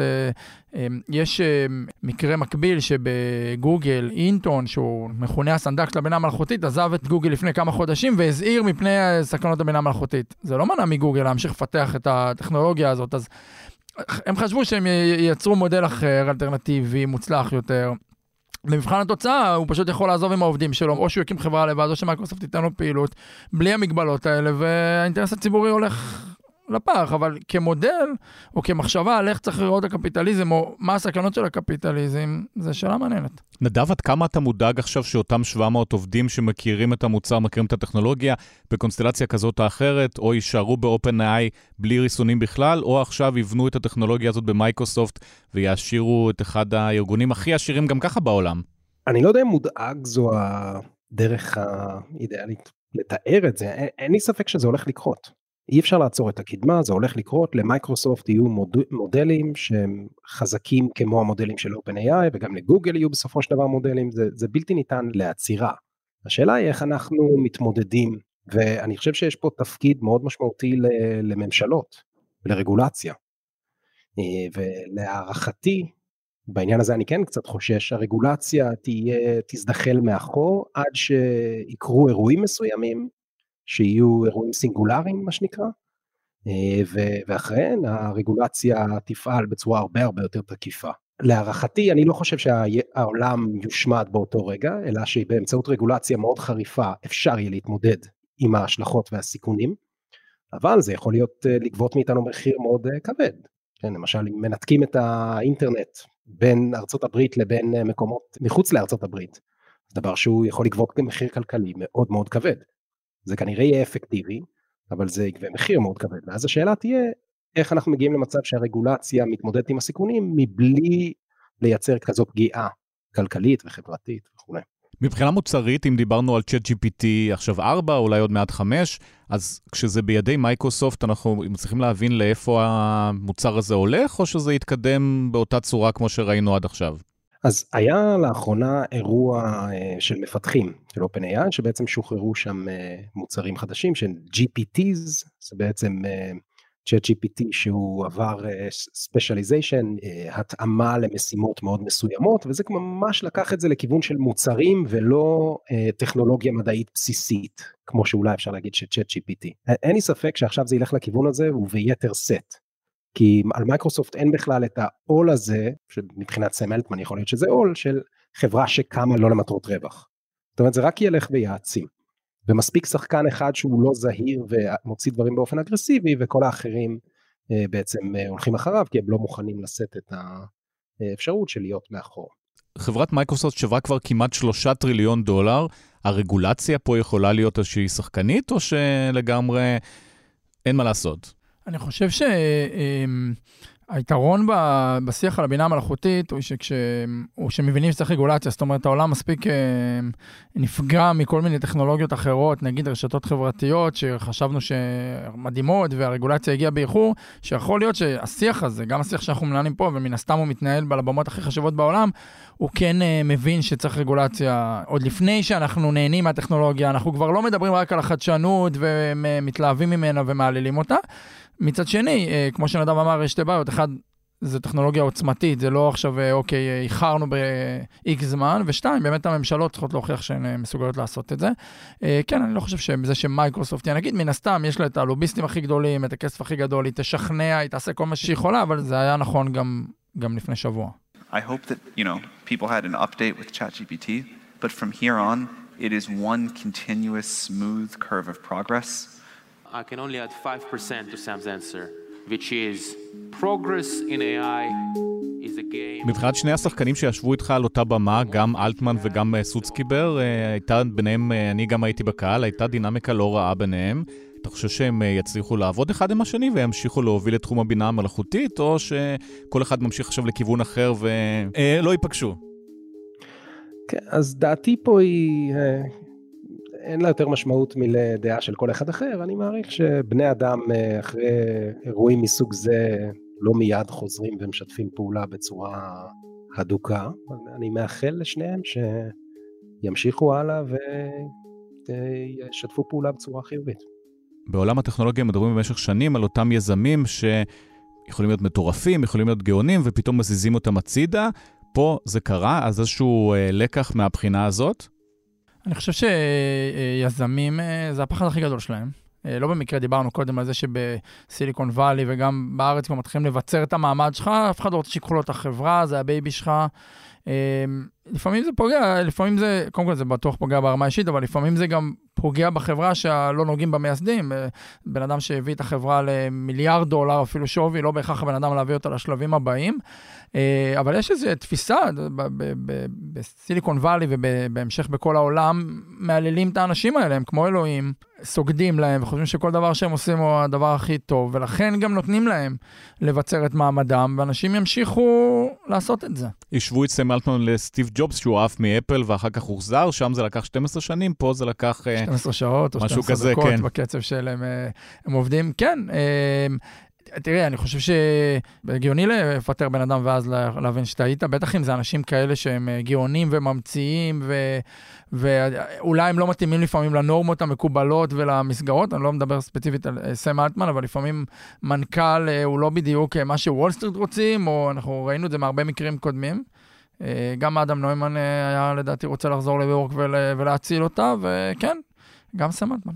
יש מקרה מקביל שבגוגל, אינטון, שהוא מכונה הסנדק של הבינה המלאכותית, עזב את גוגל לפני כמה חודשים והזהיר מפני סכנות הבינה המלאכותית. זה לא מנע מגוגל להמשיך לפתח את הטכנולוגיה הזאת, אז הם חשבו שהם ייצרו מודל אחר, אלטרנטיבי, מוצלח יותר. במבחן התוצאה, הוא פשוט יכול לעזוב עם העובדים שלו, או שהוא יקים חברה לבד, או שמייקרוסופט תיתן לו פעילות, בלי המגבלות האלה, והאינטרס הציבורי הולך לפח, אבל כמודל, או כמחשבה על איך צריך לראות הקפיטליזם, או מה הסכנות של הקפיטליזם, זה שאלה מעניינת. נדב, עד כמה אתה מודאג עכשיו שאותם 700 עובדים שמכירים את המוצר, מכירים את הטכנולוגיה, בקונסטלציה כזאת או אחרת, או יישארו ב-OpenAI בלי ריסונים בכלל, או עכשיו יבנו את הטכנולוגיה הזאת במייקרוסופט, ויעשירו את אחד הארגונים הכי עשירים גם ככה בעולם? אני לא יודע אם מודאג זו הדרך האידיאלית לתאר את זה, אין לי ספק שזה הולך לקרות. אי אפשר לעצור את הקדמה, זה הולך לקרות, למייקרוסופט יהיו מודלים שהם חזקים כמו המודלים של OpenAI, וגם לגוגל יהיו בסופו של דבר מודלים, זה בלתי ניתן לעצירה. השאלה היא איך אנחנו מתמודדים, ואני חושב שיש פה תפקיד מאוד משמעותי לממשלות, לרגולציה, ולהערכתי, בעניין הזה אני כן קצת חושש, הרגולציה תזדחל מאחור, עד שיקרו אירועים מסוימים, שיהיו אירועים סינגולריים, מה שנקרא, ואחריהן הרגולציה תפעל בצורה הרבה יותר תקיפה. להערכתי, אני לא חושב שהעולם יושמד באותו רגע, אלא שבאמצעות רגולציה מאוד חריפה אפשר יהיה להתמודד עם ההשלכות והסיכונים, אבל זה יכול להיות לגבות מאיתנו מחיר מאוד כבד. כן, למשל, אם מנתקים את האינטרנט בין ארצות הברית לבין מקומות מחוץ לארצות הברית, זה דבר שהוא יכול לגבות מחיר כלכלי מאוד מאוד כבד. זה כנראה יהיה אפקטיבי, אבל זה יגבה מחיר מאוד כבד. ואז השאלה תהיה, איך אנחנו מגיעים למצב שהרגולציה מתמודדת עם הסיכונים, מבלי לייצר כזו פגיעה כלכלית וחברתית וכו'. מבחינה מוצרית, אם דיברנו על ChatGPT עכשיו 4, אולי עוד מעט 5, אז כשזה בידי מייקרוסופט, אנחנו צריכים להבין לאיפה המוצר הזה הולך, או שזה יתקדם באותה צורה כמו שראינו עד עכשיו? אז היה לאחרונה אירוע של מפתחים של OpenAI, שבעצם שוחררו שם מוצרים חדשים, של GPTs, זה בעצם ChatGPT שהוא עבר specialization, התאמה למשימות מאוד מסוימות, וזה ממש לקח את זה לכיוון של מוצרים, ולא טכנולוגיה מדעית בסיסית, כמו שאולי אפשר להגיד של ChatGPT. אין לי ספק שעכשיו זה ילך לכיוון הזה, וביתר סט. כי על מייקרוסופט אין בכלל את העול הזה, שמבחינת סם אלטמן יכול להיות שזה עול, של חברה שקמה לא למטרות רווח. זאת אומרת, זה רק ילך ויעצים. ומספיק שחקן אחד שהוא לא זהיר ומוציא דברים באופן אגרסיבי, וכל האחרים בעצם הולכים אחריו, כי הם לא מוכנים לשאת את האפשרות של להיות מאחור. חברת מייקרוסופט שווה כבר כמעט $3 טריליון, הרגולציה פה יכולה להיות איזושהי שחקנית, או שלגמרי אין מה לעשות? אני חושב שהיתרון בשיח על הבינה המלאכותית הוא שמבינים שצריך רגולציה, זאת אומרת העולם מספיק נפגע מכל מיני טכנולוגיות אחרות, נגיד רשתות חברתיות שחשבנו שמדהימות והרגולציה הגיעה באיחור, שיכול להיות שהשיח הזה, גם השיח שאנחנו מנהלים פה ומן הסתם הוא מתנהל על הבמות הכי חשובות בעולם, הוא כן מבין שצריך רגולציה, עוד לפני שאנחנו נהנים מהטכנולוגיה, אנחנו כבר לא מדברים רק על החדשנות ומתלהבים ממנה ומעלילים אותה. מצד שני, כמו שנדב אמר, יש שתי בעיות, אחד, זה טכנולוגיה עוצמתית, זה לא עכשיו, אוקיי, איחרנו ב-X זמן, ושתיים, באמת הממשלות צריכות להוכיח שהן מסוגלות לעשות את זה. כן, אני לא חושב שזה שמייקרוסופט, נגיד, מן הסתם, יש לה את הלוביסטים הכי גדולים, את הכסף הכי גדול, היא תשכנע, היא תעשה כל מה שהיא יכולה, אבל זה היה נכון גם לפני שבוע. I hope that, people had an update with ChatGPT, but from here on, it is one continuous smooth curve of progress. I can only add 5% to Sam's answer, which is progress in AI is a game. מבחינת שני השחקנים שישבו איתך על אותה במה, גם אלטמן וגם סוצקיבר, הייתה ביניהם, אני גם הייתי בקהל, הייתה דינמיקה לא רעה ביניהם. אתה חושב שהם יצליחו לעבוד אחד עם השני וימשיכו להוביל את תחום הבינה המלאכותית, או שכל אחד ממשיך עכשיו לכיוון אחר ולא ייפגשו? כן, אז דעתי פה היא, אין לה יותר משמעות מלדעה של כל אחד אחר. אני מעריך שבני אדם אחרי אירועים מסוג זה לא מיד חוזרים ומשתפים פעולה בצורה הדוקה. אני מאחל לשניהם שימשיכו הלאה וישתפו פעולה בצורה חיובית. בעולם הטכנולוגיה מדברים במשך שנים על אותם יזמים שיכולים להיות מטורפים, יכולים להיות גאונים, ופתאום מזיזים אותם הצידה. פה זה קרה, אז איזשהו לקח מהבחינה הזאת? אני חושב שיזמים, זה הפחד הכי גדול שלהם. לא במקרה דיברנו קודם על זה שבסיליקון ואלי וגם בארץ כבר מתחילים לבצר את המעמד שלך, אף אחד לא רוצה שיקחו לו את החברה, זה הבייבי שלך. לפעמים זה פוגע, לפעמים זה, קודם כל זה בטוח פוגע ברמה אישית, אבל לפעמים זה גם פוגע בחברה שלא נוגעים במייסדים. בן אדם שהביא את החברה למיליארד דולר, אפילו שווי, לא בהכרח הבן אדם להביא אותה לשלבים הבאים. אבל יש איזו תפיסה, בסיליקון ואלי ובהמשך בכל העולם, מעללים את האנשים האלה, הם כמו אלוהים, סוגדים להם וחושבים שכל דבר שהם עושים הוא הדבר הכי טוב, ולכן גם נותנים להם לבצר את מעמדם, ואנשים ימשיכו לעשות את זה. ישבו את סם אלטמן לסטיב ג'ובס, שהוא עף מאפל ואחר כך הוחזר, שם זה לקח 12 שנים, פה זה לקח 12 שעות או 12 דקות, כן. בקצב שלהם הם עובדים. כן, תראה, אני חושב שגאוני לפטר בן אדם ואז להבין שטעית, בטח אם זה אנשים כאלה שהם גאונים וממציאים, ואולי הם לא מתאימים לפעמים לנורמות המקובלות ולמסגרות, אני לא מדבר ספציפית על סם אלטמן, אבל לפעמים מנכ"ל הוא לא בדיוק מה שוול סטריט רוצים, או אנחנו ראינו את זה מהרבה מקרים קודמים. גם אדם נוימן היה לדעתי רוצה לחזור לוורק ולהציל אותה, וכן, גם סם אלטמן.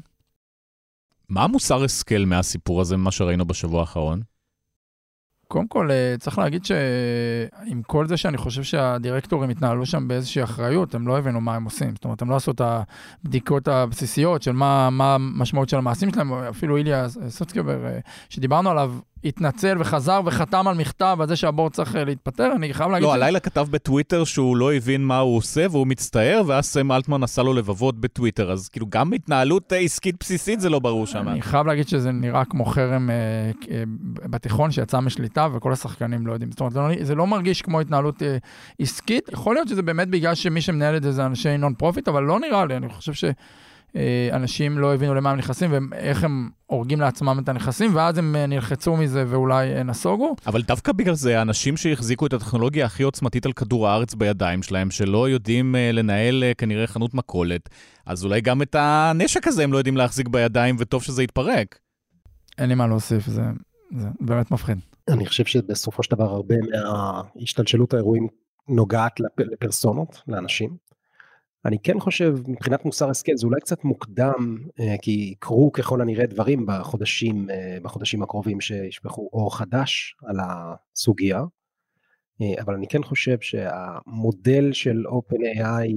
מה המוסר השכל מהסיפור הזה, מה שראינו בשבוע האחרון? קודם כל, צריך להגיד שעם כל זה שאני חושב שהדירקטורים התנהלו שם באיזושהי אחריות, הם לא הבינו מה הם עושים. זאת אומרת, הם לא עשו את הבדיקות הבסיסיות של מה המשמעות של המעשים שלהם, אפילו איליה סוצקבר, שדיברנו עליו, התנצל וחזר וחתם על מכתב על זה שהבורד צריך להתפטר. אני חייב להגיד... לא, הלילה כתב בטוויטר שהוא לא הבין מה הוא עושה, והוא מצטער, ואז סם אלטמן עשה לו לבבות בטוויטר. אז כאילו גם התנהלות עסקית בסיסית זה לא ברור שם. אני חייב להגיד שזה נראה כמו חרם בתיכון שיצא משליטה, וכל השחקנים לא יודעים. זאת אומרת, זה לא מרגיש כמו התנהלות עסקית. יכול להיות שזה באמת בגלל שמי שמנהל את זה אנשי נון פרופיט, אבל לא נראה לי. אני חושב שאנשים לא הבינו למה הם נכנסים, ואיך הם הורגים לעצמם את הנכסים, ואז הם נלחצו מזה ואולי נסוגו. אבל דווקא בגלל זה, האנשים שהחזיקו את הטכנולוגיה הכי עוצמתית על כדור הארץ בידיים שלהם, שלא יודעים לנהל כנראה חנות מכולת, אז אולי גם את הנשק הזה הם לא יודעים להחזיק בידיים, וטוב שזה יתפרק. אין לי מה להוסיף, זה באמת מפחיד. אני חושב שבסופו של דבר הרבה מההשתלשלות האירועים נוגעת לפרסונות, לאנשים. אני כן חושב, מבחינת מוסר השכל, זה אולי קצת מוקדם, כי יקרו ככל הנראה דברים בחודשים הקרובים שישפכו אור חדש על הסוגיה, אבל אני כן חושב שהמודל של OpenAI,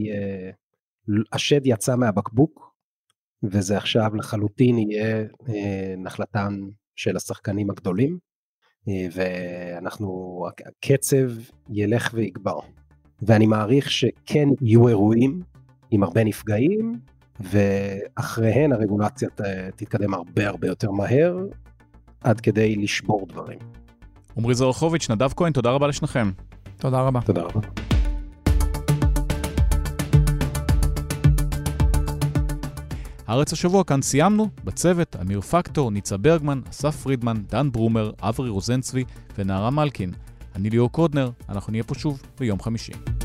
השד יצא מהבקבוק, וזה עכשיו לחלוטין יהיה נחלתם של השחקנים הגדולים, הקצב ילך ויגבר. ואני מעריך שכן יהיו אירועים עם הרבה נפגעים, ואחריהן הרגולציה תתקדם הרבה הרבה יותר מהר, עד כדי לשבור דברים. עומרי זרחוביץ', נדב כהן, תודה רבה לשניכם. תודה רבה. תודה רבה. הארץ השבוע כאן סיימנו, בצוות אמיר פקטור, ניצה ברגמן, אסף פרידמן, דן ברומר, אברי רוזנצבי ונערה מלקין. אני ליאור קודנר, אנחנו נהיה פה שוב ביום חמישי.